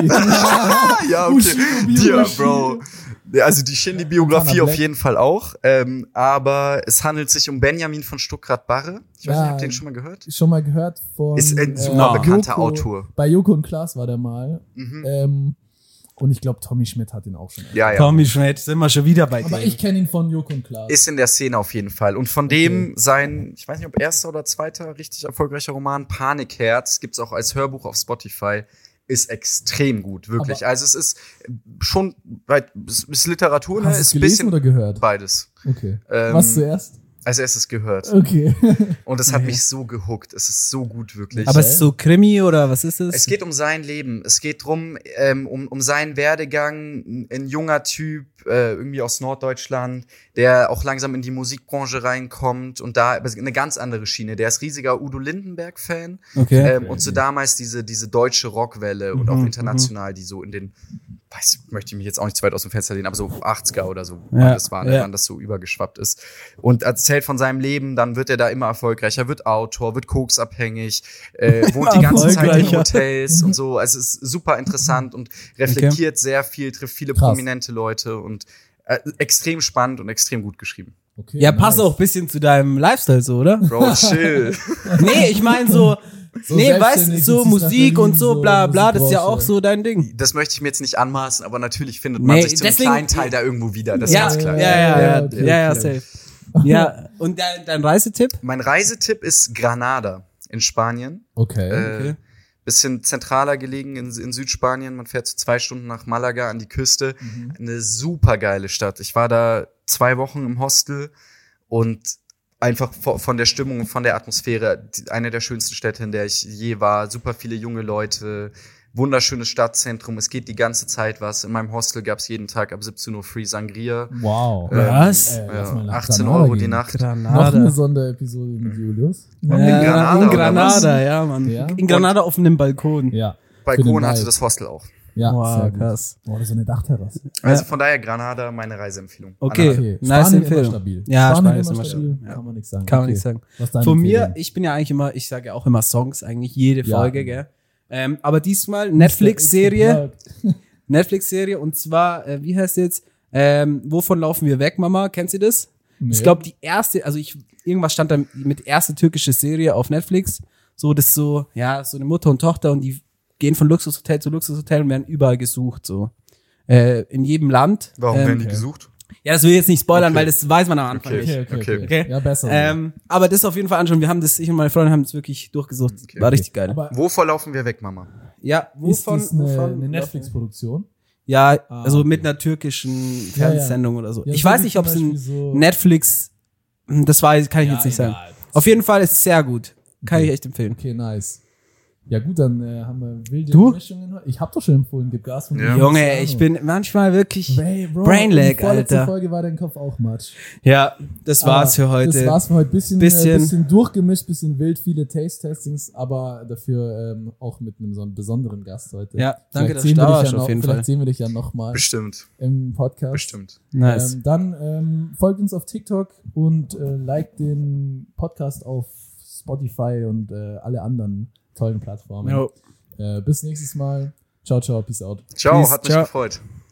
ja, okay. Ja, Bro. Ja, also die Shindy-Biografie Montana auf Black. jeden Fall auch. Ähm, aber es handelt sich um Benjamin von Stuckrad-Barre. Ich weiß Ja. nicht, habt ihr den schon mal gehört? Schon mal gehört von. Ist ein super bekannter Joko, Autor. Bei Joko und Klaas war der mal. Mhm. Ähm, und ich glaube, Tommy Schmidt hat ihn auch schon. Ja, ja. Tommy Schmidt, sind wir schon wieder bei Aber dem. ich kenne ihn von Joko und Klaas. Ist in der Szene auf jeden Fall. Und von dem sein, ich weiß nicht, ob erster oder zweiter richtig erfolgreicher Roman, Panikherz, gibt's auch als Hörbuch auf Spotify, ist extrem gut, wirklich. Aber- also es ist schon, es ist Literatur, ne? Hast du Ist es ein gelesen bisschen oder gehört? beides. Okay. Ähm, Was zuerst? Als erstes gehört. Okay. Und es hat mich so gehuckt. Es ist so gut, wirklich. Aber es ist so Krimi oder was ist es? Es geht um sein Leben. Es geht drum, ähm, um, um seinen Werdegang. Ein, ein junger Typ, äh, irgendwie aus Norddeutschland, der auch langsam in die Musikbranche reinkommt und da eine ganz andere Schiene. Der ist riesiger Udo Lindenberg-Fan. Okay. Ähm, und so damals diese, diese deutsche Rockwelle und Mhm, auch international, die so in den, weiß, möchte ich mich jetzt auch nicht zu weit aus dem Fenster lehnen, aber so achtziger oder so, Ja, wann das war, ne, ja. wann das so übergeschwappt ist. Und erzählt von seinem Leben, dann wird er da immer erfolgreicher, wird Autor, wird koksabhängig, äh, wohnt die ganze Zeit in Erfolgreicher. Hotels und so. Also es ist super interessant und reflektiert sehr viel, trifft viele Krass. prominente Leute und äh, extrem spannend und extrem gut geschrieben. Okay, Ja, passt nice. auch ein bisschen zu deinem Lifestyle so, oder? Bro, chill. Nee, ich meine so, So nee, weißt du, selbstständig, so du ziehst nach Musik und Berlin, so, so bla bla, das ist ja Musikbranche. auch so dein Ding. Das möchte ich mir jetzt nicht anmaßen, aber natürlich findet man Nee, sich zu einem deswegen- kleinen Teil da irgendwo wieder. Das ist Ja, ganz ja, klar. ja, ja, ja, okay, ja, ja, okay. safe. Ja, und dein, dein Reisetipp? Mein Reisetipp ist Granada in Spanien. Okay. Äh, Okay. Bisschen zentraler gelegen in, in Südspanien. Man fährt so zwei Stunden nach Malaga an die Küste. Mhm. Eine super geile Stadt. Ich war da zwei Wochen im Hostel und einfach vo- von der Stimmung und von der Atmosphäre die- eine der schönsten Städte, in der ich je war. Super viele junge Leute, wunderschönes Stadtzentrum. Es geht die ganze Zeit was. In meinem Hostel gab's jeden Tag ab siebzehn Uhr Free Sangria. Wow. Was? Äh, lass Ja, mal nach achtzehn Granada Euro die gehen. Nacht. Noch eine Granada. Sonderepisode mit Julius. Ja, in Granada, in oder Granada, was? ja, Mann. Ja. In Granada auf einem Balkon. Ja. Für Balkon den hatte Vibe. das Hostel auch. Ja, Wow, sehr gut. krass. Oh, das ist so eine Dachterrasse. Also Ja. von daher Granada meine Reiseempfehlung. Okay. Okay. Nice Spanien immer Empfehlung. stabil. Ja, Spanien, Spanien ist immer immer stabil. stabil. Kann man nichts sagen. Kann man Okay. nicht sagen. Was ist deine Von mir, Empfehlung? ich bin ja eigentlich immer, ich sage ja auch immer Songs, eigentlich jede Ja. Folge, gell. Ähm, aber diesmal Netflix-Serie, Netflix-Serie und zwar, äh, wie heißt jetzt, ähm, Wovon laufen wir weg, Mama? Kennt ihr das? Nee. Ich glaube, die erste, also ich, irgendwas stand da mit erste türkische Serie auf Netflix. So, das ist so, ja, so eine Mutter und Tochter und die gehen von Luxushotel zu Luxushotel und werden überall gesucht, so. Äh, in jedem Land. Warum ähm, werden die gesucht? Ja, das will ich jetzt nicht spoilern, Okay. weil das weiß man am Anfang Okay. nicht. Okay, okay, okay. Okay. Okay. Ja, besser. so. Ähm, aber das auf jeden Fall anschauen. Wir haben das, ich und meine Freunde haben das wirklich durchgesucht. Okay. War richtig geil. Aber Wovor laufen wir weg, Mama? ja, ist wovon? das eine, wovon eine Netflix-Produktion? Ja, Ah, also okay. mit einer türkischen Ja, ja. Fernsehsendung oder so. Ja, ich so weiß wie nicht, zum ob es ein Beispiel so- Netflix, das war, kann ich Ja, jetzt nicht egal. sagen. Auf jeden Fall ist es sehr gut. Kann Okay. ich echt empfehlen. Okay, nice. Ja gut, dann äh, haben wir wilde Du? Mischungen. Ich hab doch schon empfohlen, gib Gas. Von Ja. mir. Junge, Keine ich Ahnung. bin manchmal wirklich Hey, Bro, Brainlag, die vorletzte Alter. Folge war dein Kopf auch Matsch. Ja, das war's für heute. Das war's für heute. Bisschen, Bisschen- bisschen. Äh, bisschen durchgemischt, bisschen wild, viele Taste-Testings, aber dafür ähm, auch mit einem so einem besonderen Gast heute. Ja, danke, Vielleicht dass sehen du wir da dich warst ja noch, auf jeden vielleicht Fall. sehen wir dich ja nochmal Bestimmt. im Podcast. Bestimmt. Nice. Ähm, dann ähm, folgt uns auf TikTok und äh, liked den Podcast auf Spotify und äh, alle anderen tollen Plattformen. Jo. Äh, bis nächstes Mal. Ciao, ciao, peace out. Ciao, Peace, hat mich ciao. gefreut.